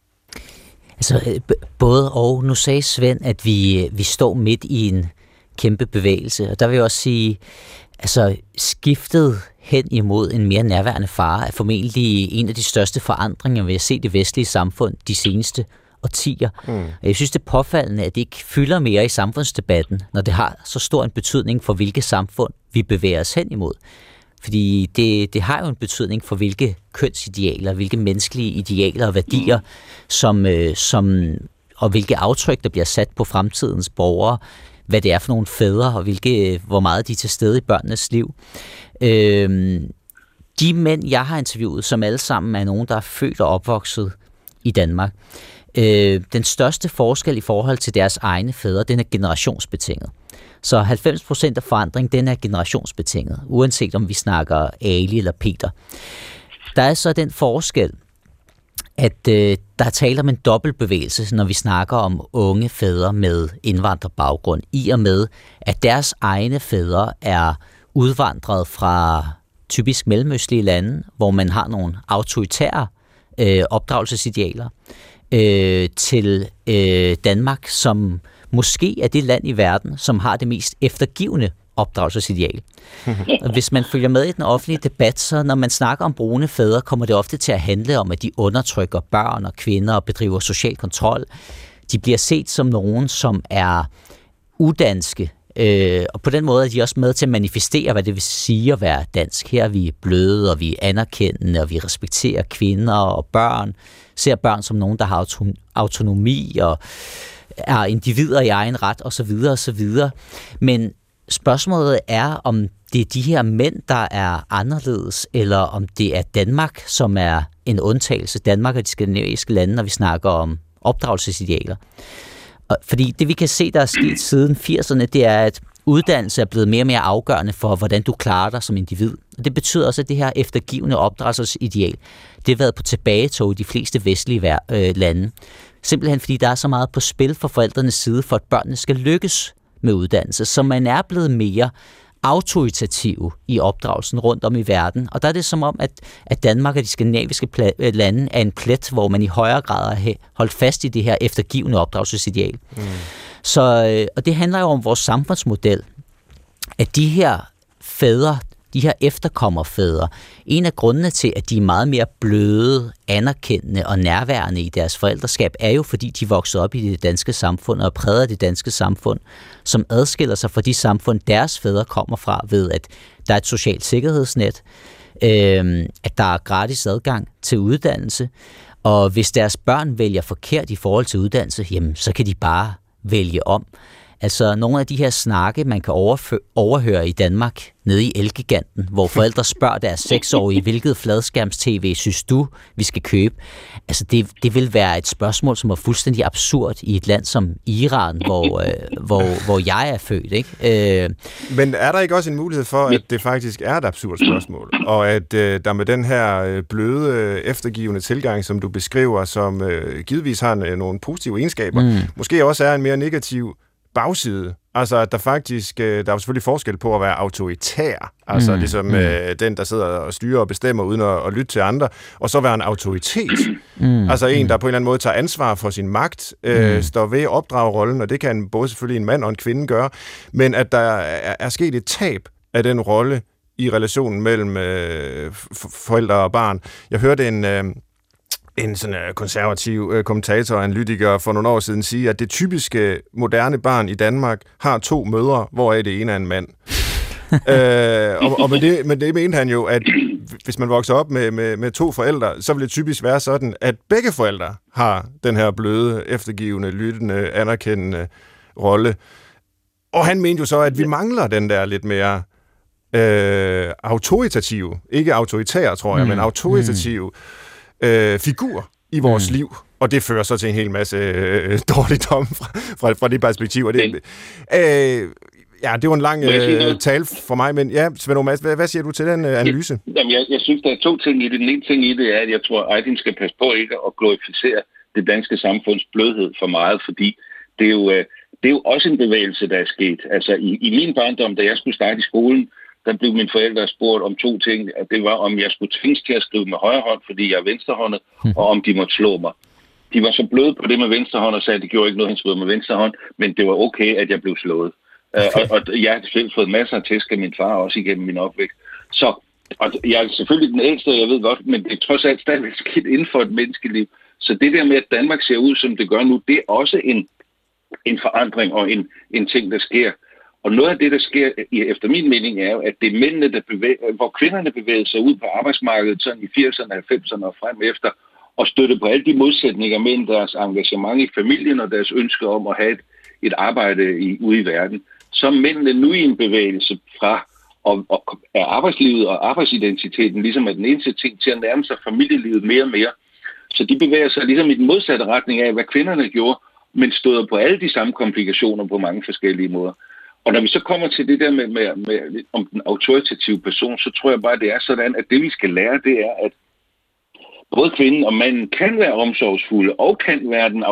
Altså, både og. Nu sagde Svend, at vi står midt i en kæmpe bevægelse, og der vil jeg også sige, altså skiftet hen imod en mere nærværende far er formentlig en af de største forandringer, vi har set i det vestlige samfund de seneste årtier. Jeg synes, det er påfaldende, at det ikke fylder mere i samfundsdebatten, når det har så stor en betydning for, hvilket samfund vi bevæger os hen imod. Fordi det har jo en betydning for, hvilke kønsidealer, hvilke menneskelige idealer og værdier, og hvilke aftryk, der bliver sat på fremtidens borgere, hvad det er for nogle fædre, og hvor meget de er til stede i børnenes liv. De mænd, jeg har interviewet, som alle sammen er nogen, der er født og opvokset i Danmark, den største forskel i forhold til deres egne fædre, den er generationsbetinget. Så 90% af forandring, den er generationsbetinget, uanset om vi snakker Ali eller Peter. Der er så den forskel, at der er tale om en dobbeltbevægelse, når vi snakker om unge fædre med indvandrerbaggrund, i og med, at deres egne fædre er udvandret fra typisk mellemøstlige lande, hvor man har nogle autoritære opdragelsesidealer, til Danmark, som måske er det land i verden, som har det mest eftergivende opdragelsesideal. Og hvis man følger med i den offentlige debat, så når man snakker om brune fædre, kommer det ofte til at handle om, at de undertrykker børn og kvinder og bedriver social kontrol. De bliver set som nogen, som er udanske, og på den måde er de også med til at manifestere, hvad det vil sige at være dansk. Her er vi bløde, og vi er anerkendende, og vi respekterer kvinder og børn, ser børn som nogen, der har autonomi og er individer i egen ret, osv. osv. Men spørgsmålet er, om det er de her mænd, der er anderledes, eller om det er Danmark, som er en undtagelse. Danmark og de skandinaviske lande, når vi snakker om opdragelsesidealer. Fordi det, vi kan se, der er sket siden 80'erne, det er, at uddannelse er blevet mere og mere afgørende for, hvordan du klarer dig som individ. Og det betyder også, at det her eftergivende opdragelsesideal, det har været på tilbagetog i de fleste vestlige lande. Simpelthen fordi der er så meget på spil fra forældrenes side, for at børnene skal lykkes med uddannelse. Så man er blevet mere autoritativ i opdragelsen rundt om i verden. Og der er det som om, at Danmark og de skandinaviske lande er en plet, hvor man i højere grad har holdt fast i det her eftergivende opdragelsesideal. Så, og det handler jo om vores samfundsmodel. at de her fædre, de her efterkommerfædre, en af grundene til, at de er meget mere bløde, anerkendende og nærværende i deres forældreskab, er jo, fordi de voksede op i det danske samfund og præget det danske samfund, som adskiller sig fra de samfund, deres fædre kommer fra, ved at der er et socialt sikkerhedsnet, at der er gratis adgang til uddannelse, og hvis deres børn vælger forkert i forhold til uddannelse, jamen, så kan de bare vælge om. Altså nogle af de her snakke, man kan overhøre i Danmark, nede i Elgiganten, hvor forældre spørger deres 6-årige, hvilket fladskærms-tv synes du, vi skal købe? Altså det vil være et spørgsmål, som er fuldstændig absurd i et land som Iran, hvor jeg er født, ikke? Men er der ikke også en mulighed for, at det faktisk er et absurd spørgsmål, og at der med den her bløde, eftergivende tilgang, som du beskriver, som givetvis har nogle positive egenskaber, måske også er en mere negativ bagside. Altså, at der faktisk, der er jo selvfølgelig forskel på at være autoritær, altså ligesom den, der sidder og styrer og bestemmer uden at lytte til andre, og så være en autoritet. Altså en, der på en eller anden måde tager ansvar for sin magt, står ved opdragerrollen, og det kan både selvfølgelig en mand og en kvinde gøre, men at der er sket et tab af den rolle i relationen mellem forældre og barn. Jeg hørte en sådan konservativ kommentator og analytiker for nogle år siden sige, at det typiske moderne barn i Danmark har 2 mødre, hvoraf det ene er en mand. Og med det mente han jo, at hvis man vokser op med 2 forældre, så vil det typisk være sådan, at begge forældre har den her bløde, eftergivende, lyttende, anerkendende rolle. Og han mente jo så, at vi mangler den der lidt mere autoritative, ikke autoritære, tror jeg, men autoritative figur i vores liv, og det fører så til en hel masse dårligdom fra det perspektiv. Og det, det var en lang tale for mig, men ja, Svend Mads, hvad siger du til den analyse? Jamen, jeg synes, der er 2 ting i det. Den ene ting i det er, at jeg tror, at Aydin skal passe på ikke at glorificere det danske samfunds blødhed for meget, fordi det er jo også en bevægelse, der er sket. Altså, i min barndom, da jeg skulle starte i skolen, der blev mine forældre spurgt om 2 ting. At det var, om jeg skulle tvinges til at skrive med højre hånd, fordi jeg er venstrehåndet, og om de måtte slå mig. De var så bløde på det med venstre hånd og sagde, at det gjorde ikke noget, han skrev med venstre hånd, men det var okay, at jeg blev slået. Og jeg har selv fået masser af tæsk af min far også igennem min opvækst. Så, og jeg er selvfølgelig den ældste, jeg ved godt, men det er trods alt stadigvæk skidt inden for et menneskeliv. Så det der med, at Danmark ser ud, som det gør nu, det er også en forandring og en ting, der sker. Og noget af det, der sker, efter min mening, er jo, at det er mændene, hvor kvinderne bevæger sig ud på arbejdsmarkedet sådan i 80'erne, 90'erne og frem efter, og støtte på alle de modsætninger mellem deres engagement i familien og deres ønske om at have et arbejde ude i verden. Så er mændene nu i en bevægelse fra af arbejdslivet og arbejdsidentiteten, ligesom er den eneste ting til at nærme sig familielivet mere og mere. Så de bevæger sig ligesom i den modsatte retning af, hvad kvinderne gjorde, men støder på alle de samme komplikationer på mange forskellige måder. Og når vi så kommer til det der med om den autoritative person, så tror jeg bare, det er sådan, at det vi skal lære, det er, at både kvinden og manden kan være omsorgsfulde og kan være den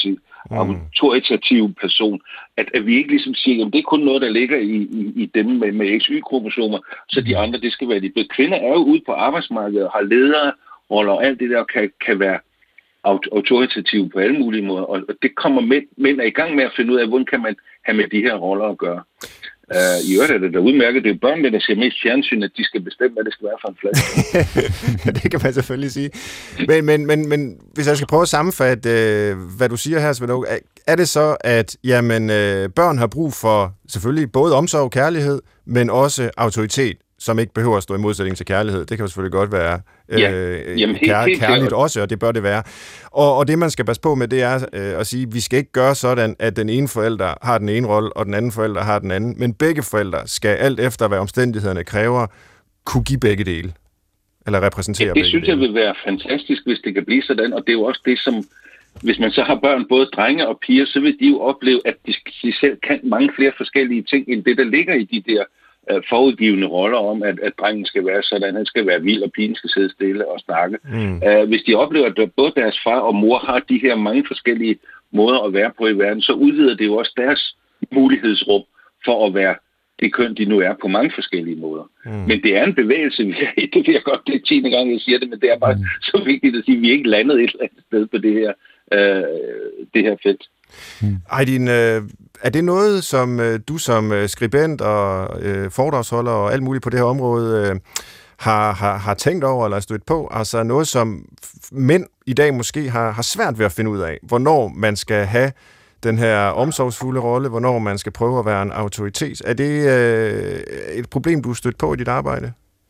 autoritative person. At vi ikke ligesom siger, at det er kun noget, der ligger i dem med XY-kromosomer, så de andre, det skal være de bedre. Kvinder er jo ude på arbejdsmarkedet og har lederroller og alt det der kan være autoritative på alle mulige måder. Og det kommer mænd er i gang med at finde ud af, hvordan kan man have med de her roller at gøre. I øvrigt er det der udmærket. Det er jo børnene, der ser mest fjernsyn, at de skal bestemme, hvad det skal være for en flaske. Det kan man selvfølgelig sige. Men hvis jeg skal prøve at sammenfatte, hvad du siger her, Svend, er det så, at børn har brug for selvfølgelig både omsorg og kærlighed, men også autoritet, som ikke behøver at stå i modsætning til kærlighed. Det kan jo selvfølgelig godt være kærligt også, og det bør det være. Og det, man skal passe på med, det er at sige, at vi skal ikke gøre sådan, at den ene forælder har den ene rolle, og den anden forælder har den anden. Men begge forældre skal alt efter, hvad omstændighederne kræver, kunne give begge dele. Eller repræsentere begge dele. Det synes jeg vil være fantastisk, hvis det kan blive sådan. Og det er jo også det, som hvis man så har børn, både drenge og piger, så vil de jo opleve, at de selv kan mange flere forskellige ting, end det, der ligger i de der forudgivende roller om, at drengen skal være sådan, han skal være vild, og pigen skal sidde stille og snakke. Hvis de oplever, at både deres far og mor har de her mange forskellige måder at være på i verden, så udvider det jo også deres mulighedsrum for at være det køn, de nu er på mange forskellige måder. Men det er en bevægelse, det vil jeg godt, det er 10. gang, jeg siger det, men det er bare så vigtigt at sige, at vi ikke landet et eller andet sted på det her felt. Aydin, Er det noget, som du som skribent og foredragsholder og alt muligt på det her område har tænkt over eller stødt på? Altså noget, som mænd i dag måske har svært ved at finde ud af. Hvornår man skal have den her omsorgsfulde rolle, hvornår man skal prøve at være en autoritet. Er det et problem, du har stødt på i dit arbejde?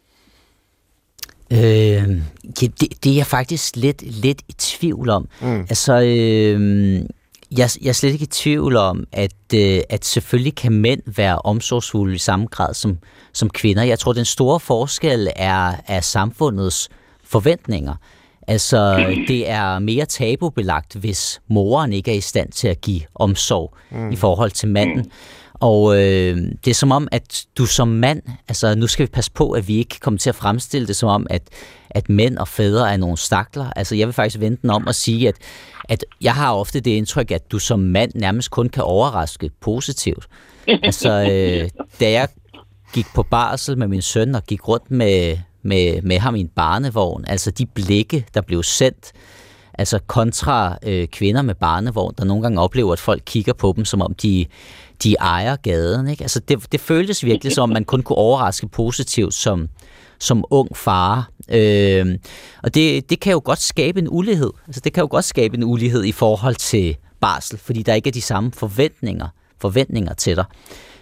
Det er jeg faktisk lidt i tvivl om. Altså, jeg er slet ikke i tvivl om, at selvfølgelig kan mænd være omsorgsfulde i samme grad som kvinder. Jeg tror, den store forskel er samfundets forventninger. Altså, det er mere tabubelagt, hvis moren ikke er i stand til at give omsorg i forhold til manden. Og det er som om, at du som mand, altså nu skal vi passe på, at vi ikke kommer til at fremstille det som om, at mænd og fædre er nogle stakler. Altså jeg vil faktisk vende den om og sige, at jeg har ofte det indtryk, at du som mand nærmest kun kan overraske positivt. Altså da jeg gik på barsel med min søn og gik rundt med ham i en barnevogn, altså de blikke, der blev sendt, altså kontra kvinder med barnevogn, der nogle gange oplever, at folk kigger på dem, som om de ejer gaden, ikke? Altså det føltes virkelig som, om man kun kunne overraske positivt som ung far. Og det kan jo godt skabe en ulighed. Altså det kan jo godt skabe en ulighed i forhold til barsel, fordi der ikke er de samme forventninger til dig.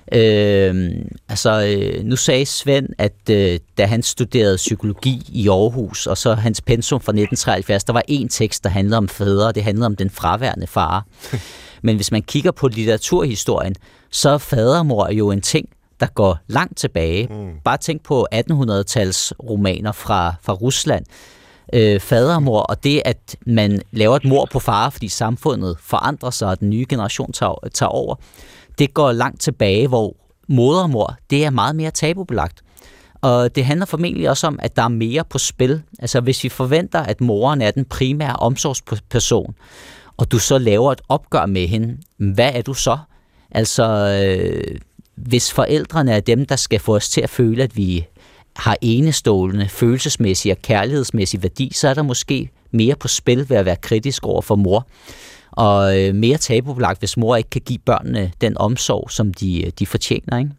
Nu sagde Svend, at da han studerede psykologi i Aarhus, og så hans pensum fra 1973, der var en tekst, der handlede om fædre, det handlede om den fraværende far. Men hvis man kigger på litteraturhistorien, så er fadermor jo en ting, der går langt tilbage. Bare tænk på 1800-tals romaner fra Rusland. Fadermor, og det, at man laver et mord på far, fordi samfundet forandrer sig, og den nye generation tager over, det går langt tilbage, hvor modermor, det er meget mere tabubelagt. Og det handler formentlig også om, at der er mere på spil. Altså hvis vi forventer, at moren er den primære omsorgsperson, og du så laver et opgør med hende, hvad er du så? Altså, hvis forældrene er dem, der skal få os til at føle, at vi har enestående følelsesmæssig og kærlighedsmæssig værdi, så er der måske mere på spil ved at være kritisk over for mor. Og mere tabubelagt, hvis mor ikke kan give børnene den omsorg, som de fortjener, ikke?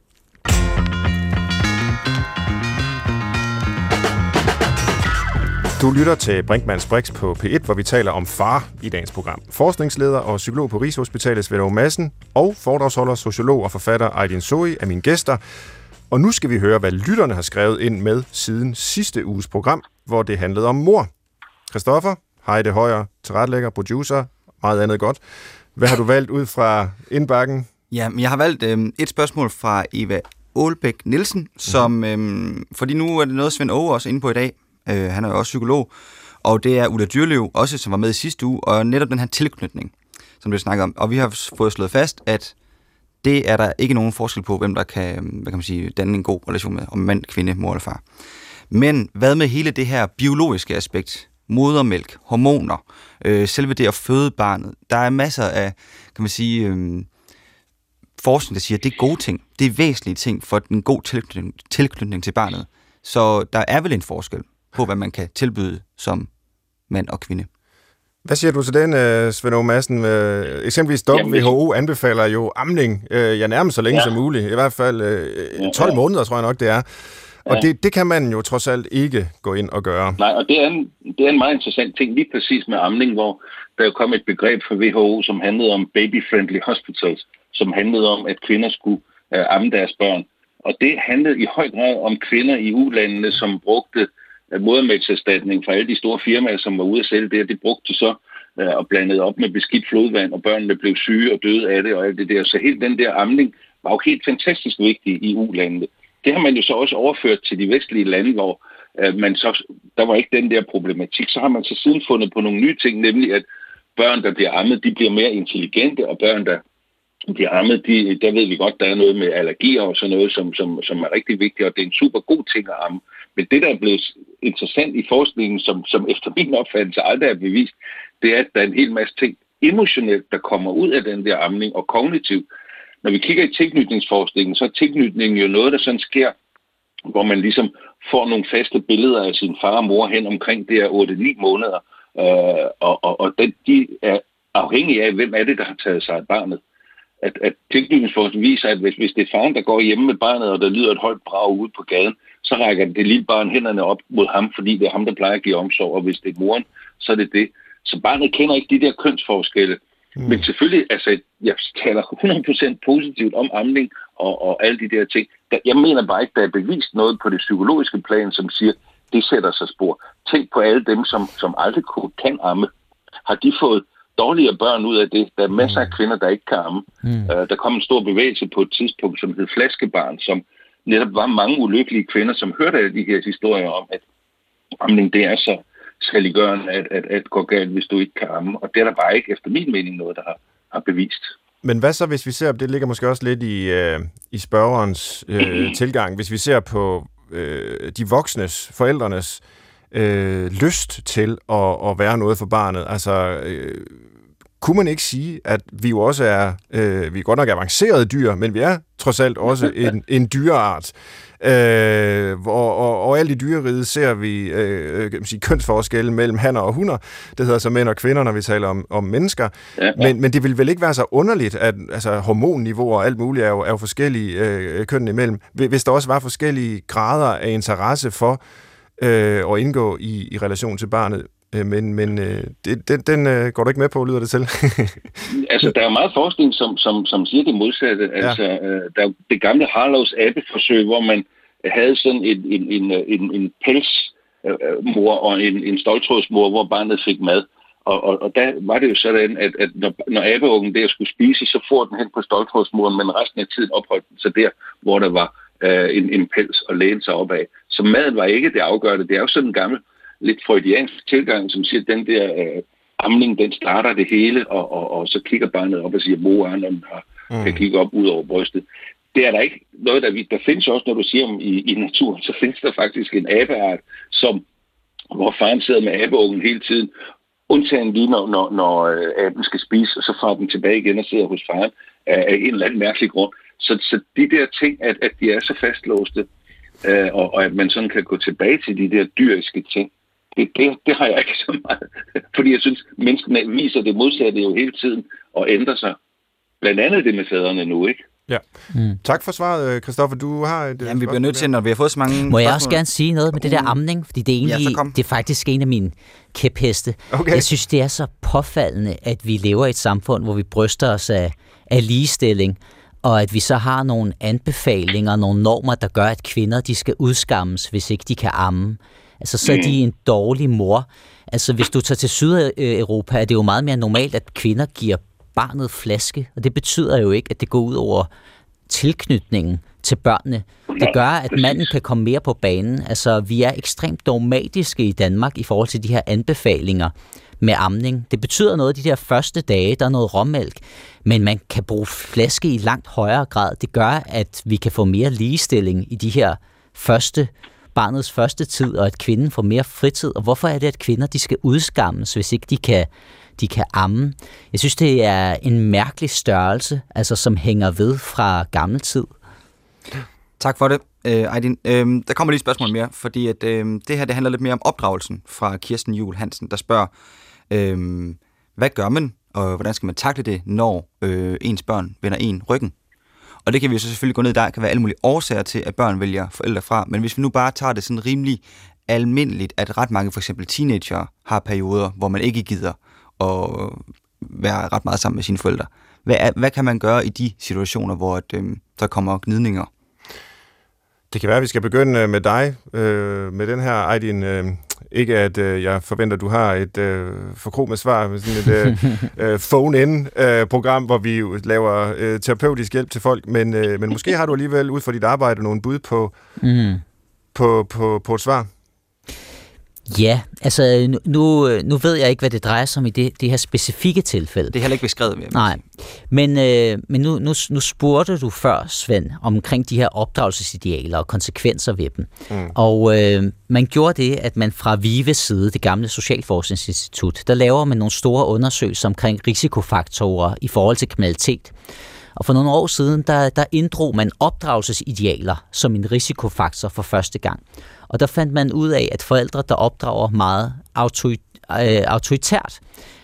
Du lytter til Brinkmanns Brix på P1, hvor vi taler om far i dagens program. Forskningsleder og psykolog på Rigshospitalet, Svend Aage Madsen, og foredragsholder, sociolog og forfatter Aydin Soei er mine gæster. Og nu skal vi høre, hvad lytterne har skrevet ind med siden sidste uges program, hvor det handlede om mor. Christoffer, Heide Højer, tilrettelægger, producer, meget andet godt. Hvad har du valgt ud fra indbakken? Ja, jeg har valgt et spørgsmål fra Eva Aalbæk Nielsen, som, fordi nu er det noget, Svend Aage også inde på i dag. Han er jo også psykolog, og det er Ulla Dyrløv også, som var med i sidste uge, og netop den her tilknytning, som du snakker om. Og vi har fået slået fast, at det er der ikke nogen forskel på, hvem der kan, hvad kan man sige, danne en god relation med, om mand, kvinde, mor eller far. Men hvad med hele det her biologiske aspekt? Modermælk, hormoner, selve det at føde barnet. Der er masser af, kan man sige, forskning, der siger, at det er gode ting. Det er væsentlige ting for den gode tilknytning til barnet. Så der er vel en forskel på, hvad man kan tilbyde som mand og kvinde. Hvad siger du til den, Svend Aage Madsen? Eksempelvis WHO anbefaler jo amning, nærmest så længe som muligt. I hvert fald 12 måneder, tror jeg nok, det er. Og det kan man jo trods alt ikke gå ind og gøre. Nej, og det er en meget interessant ting, lige præcis med amning, hvor der jo kom et begreb fra WHO, som handlede om baby-friendly hospitals, som handlede om, at kvinder skulle amme deres børn. Og det handlede i høj grad om kvinder i ulandene, som brugte modermælkserstatning fra alle de store firmaer, som var ude at sælge det. Det brugte de så og blandede op med beskidt flodvand, og børnene blev syge og døde af det og alt det der. Så helt den der amning var jo helt fantastisk vigtig i ulandene. Det har man jo så også overført til de vestlige lande, hvor der var ikke den der problematik. Så har man så siden fundet på nogle nye ting, nemlig at børn, der bliver ammet, de bliver mere intelligente, og børn, der bliver ammet, der ved vi godt, der er noget med allergier og sådan noget, som er rigtig vigtigt, og det er en super god ting at amme. Men det, der er blevet interessant i forskningen, som efter min opfattelse aldrig er bevist, det er, at der er en hel masse ting emotionelt, der kommer ud af den der amning, og kognitivt. Når vi kigger i tilknytningsforskningen, så er tilknytningen jo noget, der sådan sker, hvor man ligesom får nogle faste billeder af sin far og mor hen omkring det her 8-9 måneder, og de er afhængige af, hvem er det, der har taget sig af barnet. at tilknytningsforskning viser, at hvis det er faren, der går hjemme med barnet, og der lyder et højt brag ude på gaden, så rækker det lille barn hænderne op mod ham, fordi det er ham, der plejer at give omsorg, og hvis det er moren, så er det det. Så barnet kender ikke de der kønsforskelle. Men selvfølgelig, altså, jeg taler 100% positivt om amning og alle de der ting. Jeg mener bare ikke, der er bevist noget på det psykologiske plan, som siger, det sætter sig spor. Tænk på alle dem, som aldrig kan amme. Har de fået dårligere børn ud af det? Der er masser af kvinder, der ikke kan amme. Der kom en stor bevægelse på et tidspunkt, som hed Flaskebarn, som netop var mange ulykkelige kvinder, som hørte af de her historier om, at amning, det er så saliggørende, at gå galt, hvis du ikke kan amme. Og det er der bare ikke, efter min mening, noget, der har bevist. Men hvad så, hvis vi ser, det ligger måske også lidt i spørgerens tilgang, hvis vi ser på de voksnes, forældrenes lyst til at være noget for barnet. Altså, kunne man ikke sige, at vi jo også er, vi er godt nok avancerede dyr, men vi er trods alt også en dyreart. Og alt i dyreriget ser vi kan man sige, kønsforskelle mellem hanner og hunder. Det hedder så mænd og kvinder, når vi taler om mennesker. Ja. Men det vil vel ikke være så underligt, at altså, hormonniveauer og alt muligt er jo forskellige køn imellem. Hvis der også var forskellige grader af interesse for at indgå i relation til barnet. Men den går du ikke med på, lyder det til? Altså, der er meget forskning, som siger det modsatte. Ja. Altså, der er det gamle Harlows abeforsøg, hvor man havde sådan en pelsmor og en stoltrådsmor, hvor barnet fik mad. Og der var det jo sådan, at når abeungen der skulle spise, så får den hen på stoltrådsmoren, men resten af tiden opholdt den sig der, hvor der var en pels at læne sig op af. Så maden var ikke det afgørende. Det er jo sådan en gammel lidt freudiansk tilgang, som siger, at den der amning, den starter det hele, og så kigger barnet op og siger, mor, han kan kigge op ud over brystet. Det er der ikke noget, der findes også, når du siger om i naturen, så findes der faktisk en abeart, hvor faren sidder med abeungen hele tiden, undtagen lige når aben skal spise, og så får den tilbage igen og sidder hos faren af en eller anden mærkelig grund. Så de der ting, at de er så fastlåste, og at man sådan kan gå tilbage til de der dyriske ting, det har jeg ikke så meget. Fordi jeg synes, menneskene viser det modsatte jo hele tiden og ændrer sig. Blandt andet det med fædrene nu, ikke? Ja. Tak for svaret, Christoffer. Du har et... Jamen, vi bliver nødt til, når vi har fået så mange... Må jeg også gerne sige noget med det der amning? Fordi det er egentlig, det er faktisk en af mine kæpheste. Okay. Jeg synes, det er så påfaldende, at vi lever i et samfund, hvor vi bryster os af ligestilling, og at vi så har nogle anbefalinger, nogle normer, der gør, at kvinder de skal udskammes, hvis ikke de kan amme. Altså, så er de en dårlig mor. Altså, hvis du tager til Sydeuropa, er det jo meget mere normalt, at kvinder giver barnet flaske, og det betyder jo ikke, at det går ud over tilknytningen til børnene. Det gør, at manden kan komme mere på banen. Altså, vi er ekstremt dogmatiske i Danmark i forhold til de her anbefalinger med amning. Det betyder noget de der første dage, der er noget råmælk, men man kan bruge flaske i langt højere grad. Det gør, at vi kan få mere ligestilling i de her barnets første tid, og at kvinden får mere fritid. Og hvorfor er det, at kvinder de skal udskammes, hvis ikke de kan amme? Jeg synes, det er en mærkelig størrelse, altså som hænger ved fra gammel tid. Tak for det, Aydin. Der kommer lige et spørgsmål mere, fordi at, det her det handler lidt mere om opdragelsen fra Kirsten Juhl Hansen, der spørger, hvad gør man, og hvordan skal man takle det, når ens børn vender en ryggen? Og det kan vi jo så selvfølgelig gå ned, der kan være alle mulige årsager til, at børn vælger forældre fra, men hvis vi nu bare tager det sådan rimelig almindeligt, at ret mange for eksempel teenager har perioder, hvor man ikke gider at være ret meget sammen med sine forældre. Hvad kan man gøre i de situationer, hvor der kommer gnidninger? Det kan være, at vi skal begynde med dig, med den her, Aydin. Ikke at jeg forventer, at du har et forkromet svar med sådan et phone-in-program, hvor vi laver terapeutisk hjælp til folk, men måske har du alligevel ud fra dit arbejde nogle bud på et svar. Ja, altså nu ved jeg ikke, hvad det drejer sig om i det her specifikke tilfælde. Det er heller ikke beskrevet mere. Nej, men nu spurgte du før, Svend, omkring de her opdragelsesidealer og konsekvenser ved dem. Og man gjorde det, at man fra VIVEs side, det gamle Socialforskningsinstitut, der laver man nogle store undersøgelser omkring risikofaktorer i forhold til kriminalitet. Og for nogle år siden, der inddrog man opdragelsesidealer som en risikofaktor for første gang. Og der fandt man ud af, at forældre, der opdrager meget autoritært,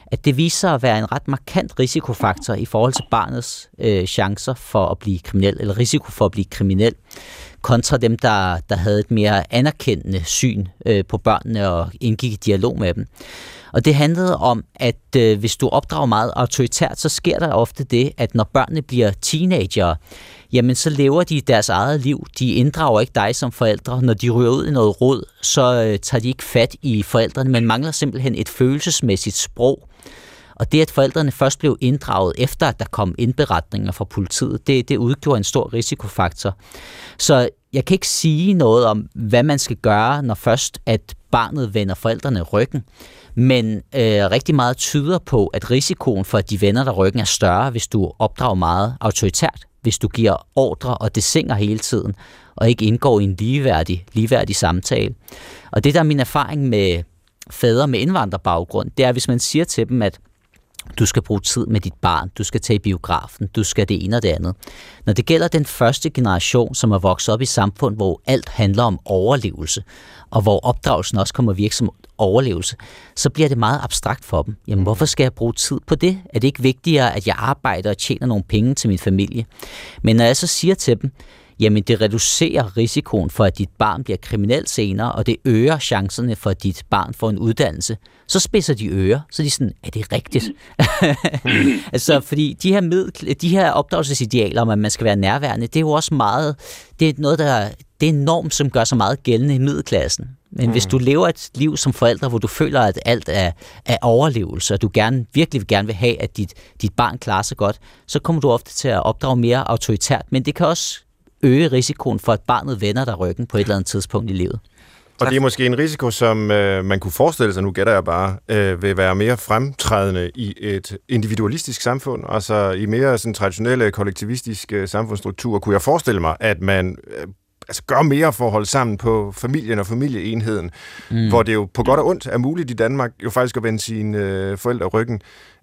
at det viser at være en ret markant risikofaktor i forhold til barnets chancer for at blive kriminel, eller risiko for at blive kriminel, kontra dem, der havde et mere anerkendende syn på børnene og indgik i dialog med dem. Og det handlede om, at hvis du opdrager meget autoritært, så sker der ofte det, at når børnene bliver teenagere, jamen så lever de deres eget liv. De inddrager ikke dig som forældre. Når de ryger ud i noget rod, så tager de ikke fat i forældrene, men mangler simpelthen et følelsesmæssigt sprog. Og det, at forældrene først blev inddraget, efter at der kom indberetninger fra politiet, det udgjorde en stor risikofaktor. Så jeg kan ikke sige noget om, hvad man skal gøre, når først at barnet vender forældrene ryggen. Men rigtig meget tyder på, at risikoen for, at de vender dig ryggen, er større, hvis du opdrager meget autoritært. Hvis du giver ordre og desinger hele tiden, og ikke indgår i en ligeværdig samtale. Og det, der er min erfaring med fædre med indvandrerbaggrund, det er, hvis man siger til dem, at du skal bruge tid med dit barn, du skal tage i biografen, du skal det ene og det andet. Når det gælder den første generation, som er vokset op i samfund, hvor alt handler om overlevelse, og hvor opdragelsen også kommer virke som overlevelse, så bliver det meget abstrakt for dem. Jamen, hvorfor skal jeg bruge tid på det? Er det ikke vigtigere, at jeg arbejder og tjener nogle penge til min familie? Men når jeg så siger til dem, jamen det reducerer risikoen for, at dit barn bliver kriminelt senere, og det øger chancerne for, at dit barn får en uddannelse, så spidser de ører, så de sådan, er det rigtigt? Altså, fordi de her opdragelsesidealer om, at man skal være nærværende, det er jo også meget, det er noget, det er en norm, som gør sig meget gældende i middelklassen. Men hvis du lever et liv som forælder, hvor du føler, at alt er overlevelse, og du virkelig gerne vil have, at dit barn klarer sig godt, så kommer du ofte til at opdrage mere autoritært, men det kan også øge risikoen for, at barnet vender dig ryggen på et eller andet tidspunkt i livet. Og det er måske en risiko, som man kunne forestille sig, nu gætter jeg bare, vil være mere fremtrædende i et individualistisk samfund, altså i mere sådan traditionelle kollektivistiske samfundsstrukturer. Kunne jeg forestille mig, at man gør mere for at holde sammen på familien og familieenheden, hvor det jo på godt og ondt er muligt i Danmark jo faktisk at vende sine forældre ryggen.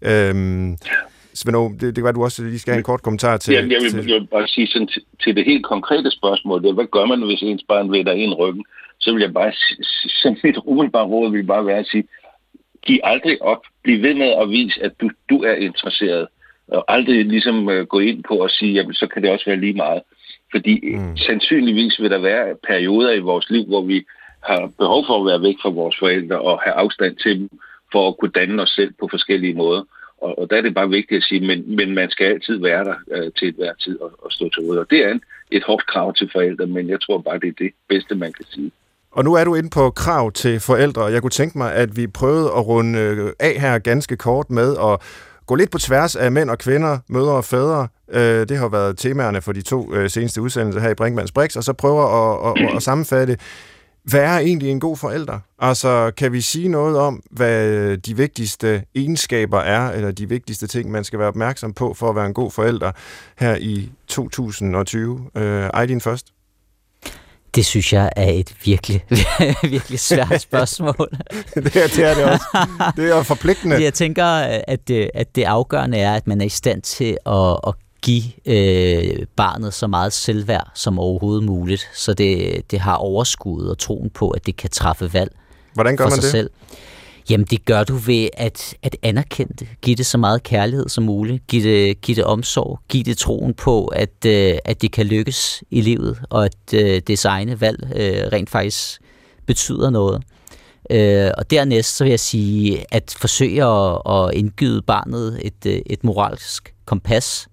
Svend, det kan være, du også lige skal have en kort kommentar til... Jeg vil bare sige sådan, til det helt konkrete spørgsmål, det er, hvad gør man, hvis ens barn vender en ryggen? Så vil jeg bare sådan lidt umiddelbart råd vil bare være at sige, giv aldrig op, bliv ved med at vise, at du er interesseret, og aldrig ligesom gå ind på og sige, jamen så kan det også være lige meget. Fordi sandsynligvis vil der være perioder i vores liv, hvor vi har behov for at være væk fra vores forældre og have afstand til dem, for at kunne danne os selv på forskellige måder. Og der er det bare vigtigt at sige, men man skal altid være der til hver tid og stå til råd. Og det er et hårdt krav til forældre, men jeg tror bare, det er det bedste, man kan sige. Og nu er du inde på krav til forældre, og jeg kunne tænke mig, at vi prøvede at runde af her ganske kort med at gå lidt på tværs af mænd og kvinder, mødre og fædre. Det har været temaerne for de 2 seneste udsendelser her i Brinkmanns Brix, og så prøver at sammenfatte, hvad er egentlig en god forælder? Altså, kan vi sige noget om, hvad de vigtigste egenskaber er, eller de vigtigste ting, man skal være opmærksom på for at være en god forælder her i 2020? Aydin først. Det synes jeg er et virkelig, virkelig svært spørgsmål. det er det også. Det er forpligtende. Jeg tænker, at det afgørende er, at man er i stand til at give barnet så meget selvværd som overhovedet muligt, så det har overskud og troen på, at det kan træffe valg. Hvordan gør man det? Selv. Jamen, det gør du ved at anerkende det. Giv det så meget kærlighed som muligt. Giv det omsorg. Giv det troen på, at det kan lykkes i livet, og at dets egne valg rent faktisk betyder noget. Og dernæst så vil jeg sige, at forsøge at indgyde barnet et moralsk kompas,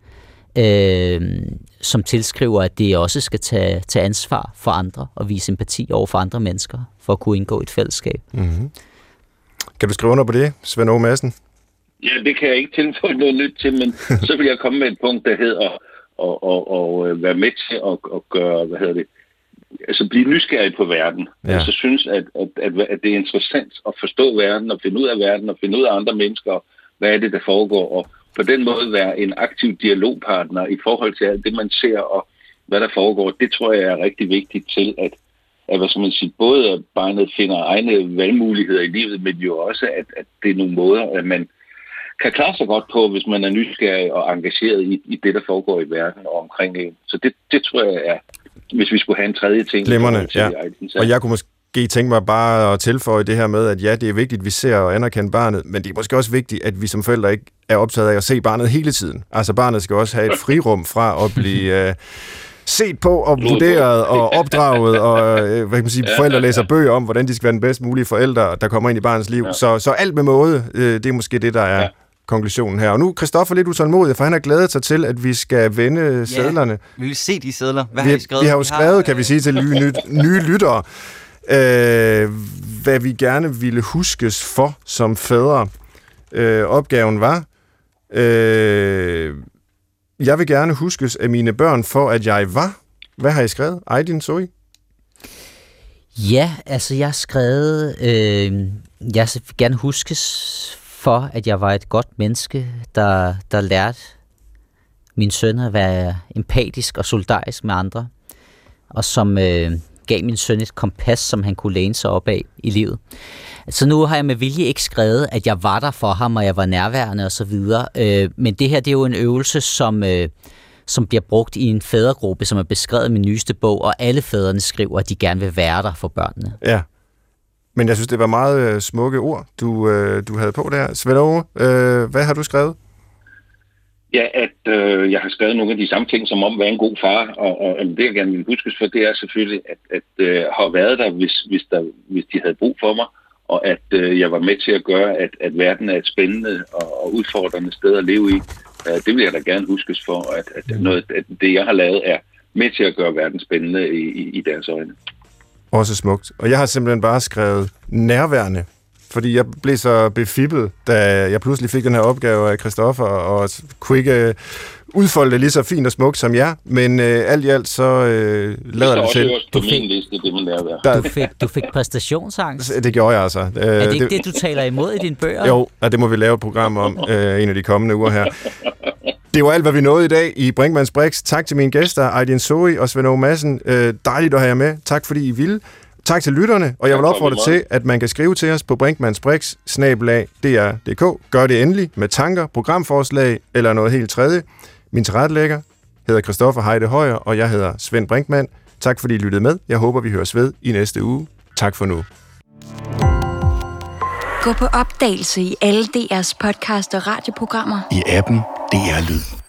som tilskriver, at det også skal tage ansvar for andre og vise empati over for andre mennesker, for at kunne indgå et fællesskab. Mm-hmm. Kan du skrive under på det, Svend Åge Madsen? Ja, det kan jeg ikke tilføje noget nyt til, men så vil jeg komme med et punkt, der hedder at være med til at gøre, altså blive nysgerrig på verden. Ja. Altså synes, at det er interessant at forstå verden, og finde ud af verden, og finde ud af andre mennesker, hvad er det, der foregår, og på den måde være en aktiv dialogpartner i forhold til alt det, man ser, og hvad der foregår. Det tror jeg er rigtig vigtigt til, at hvad skal man sige, både at barnet finder egne valgmuligheder i livet, men jo også, at det er nogle måder, at man kan klare sig godt på, hvis man er nysgerrig og engageret i det, der foregår i verden og omkring det. Så det tror jeg er, hvis vi skulle have en tredje ting. Glimrende, ja. Og måske tænke mig bare at tilføje det her med, at ja, det er vigtigt, at vi ser og anerkender barnet, men det er måske også vigtigt, at vi som forældre ikke er optaget af at se barnet hele tiden. Altså barnet skal også have et frirum fra at blive set på og vurderet og opdraget, og hvad kan man sige, forældre læser bøger om, hvordan de skal være den bedst mulige forældre, der kommer ind i barnets liv. Ja. Så alt med måde, det er måske det, der er konklusionen her. Og nu er Christoffer lidt utålmodig, for han har glædet sig til, at vi skal vende sedlerne. Vi vil se de sedler. Hvad har I skrevet? Vi har jo skrevet, kan vi sige, til nye lyttere, hvad vi gerne ville huskes for som fædre. Opgaven var, jeg vil gerne huskes af mine børn for, at jeg var. Hvad har I skrevet? Aydin Soei? Ja, altså jeg har skrevet, jeg vil gerne huskes for, at jeg var et godt menneske, der lærte mine sønner at være empatisk og solidarisk med andre, og som gav min søn et kompas, som han kunne læne sig op af i livet. Så nu har jeg med vilje ikke skrevet, at jeg var der for ham, og jeg var nærværende osv., men det her, det er jo en øvelse, som bliver brugt i en fædregruppe, som er beskrevet i min nyeste bog, og alle fædrene skriver, at de gerne vil være der for børnene. Ja, men jeg synes, det var meget smukke ord, du havde på der. Svend Åge, hvad har du skrevet? Ja, at jeg har skrevet nogle af de samme ting, som om at være en god far, og det jeg gerne vil huskes for, det er selvfølgelig, at have været der, hvis de havde brug for mig, og at jeg var med til at gøre, at verden er et spændende og udfordrende sted at leve i. Det vil jeg da gerne huskes for, at noget af det, jeg har lavet, er med til at gøre verden spændende i deres øjne. Også smukt. Og jeg har simpelthen bare skrevet nærværende, fordi jeg blev så befippet, da jeg pludselig fik den her opgave af Christoffer, og kunne ikke udfolde det lige så fint og smukt som jer, men alt i alt så lader det til. Du fik præstationsangst. Det gjorde jeg altså. Er det ikke det, du taler imod i dine bøger? Jo, og det må vi lave et program om en af de kommende uger her. Det var alt, hvad vi nåede i dag i Brinkmanns Brix. Tak til mine gæster, Aydin Soei og Svend Åge Madsen. Dejligt at have jer med. Tak fordi I ville. Tak til lytterne, og jeg vil opfordre til, at man kan skrive til os på brinkmannsbrix@dr.dk. Gør det endelig med tanker, programforslag eller noget helt tredje. Min tilrettelægger hedder Christoffer Heide Højer, og jeg hedder Svend Brinkmann. Tak fordi I lyttede med. Jeg håber, vi høres ved i næste uge. Tak for nu. Gå på opdagelse i alle DR's podcast og radioprogrammer. I appen DR Lyd.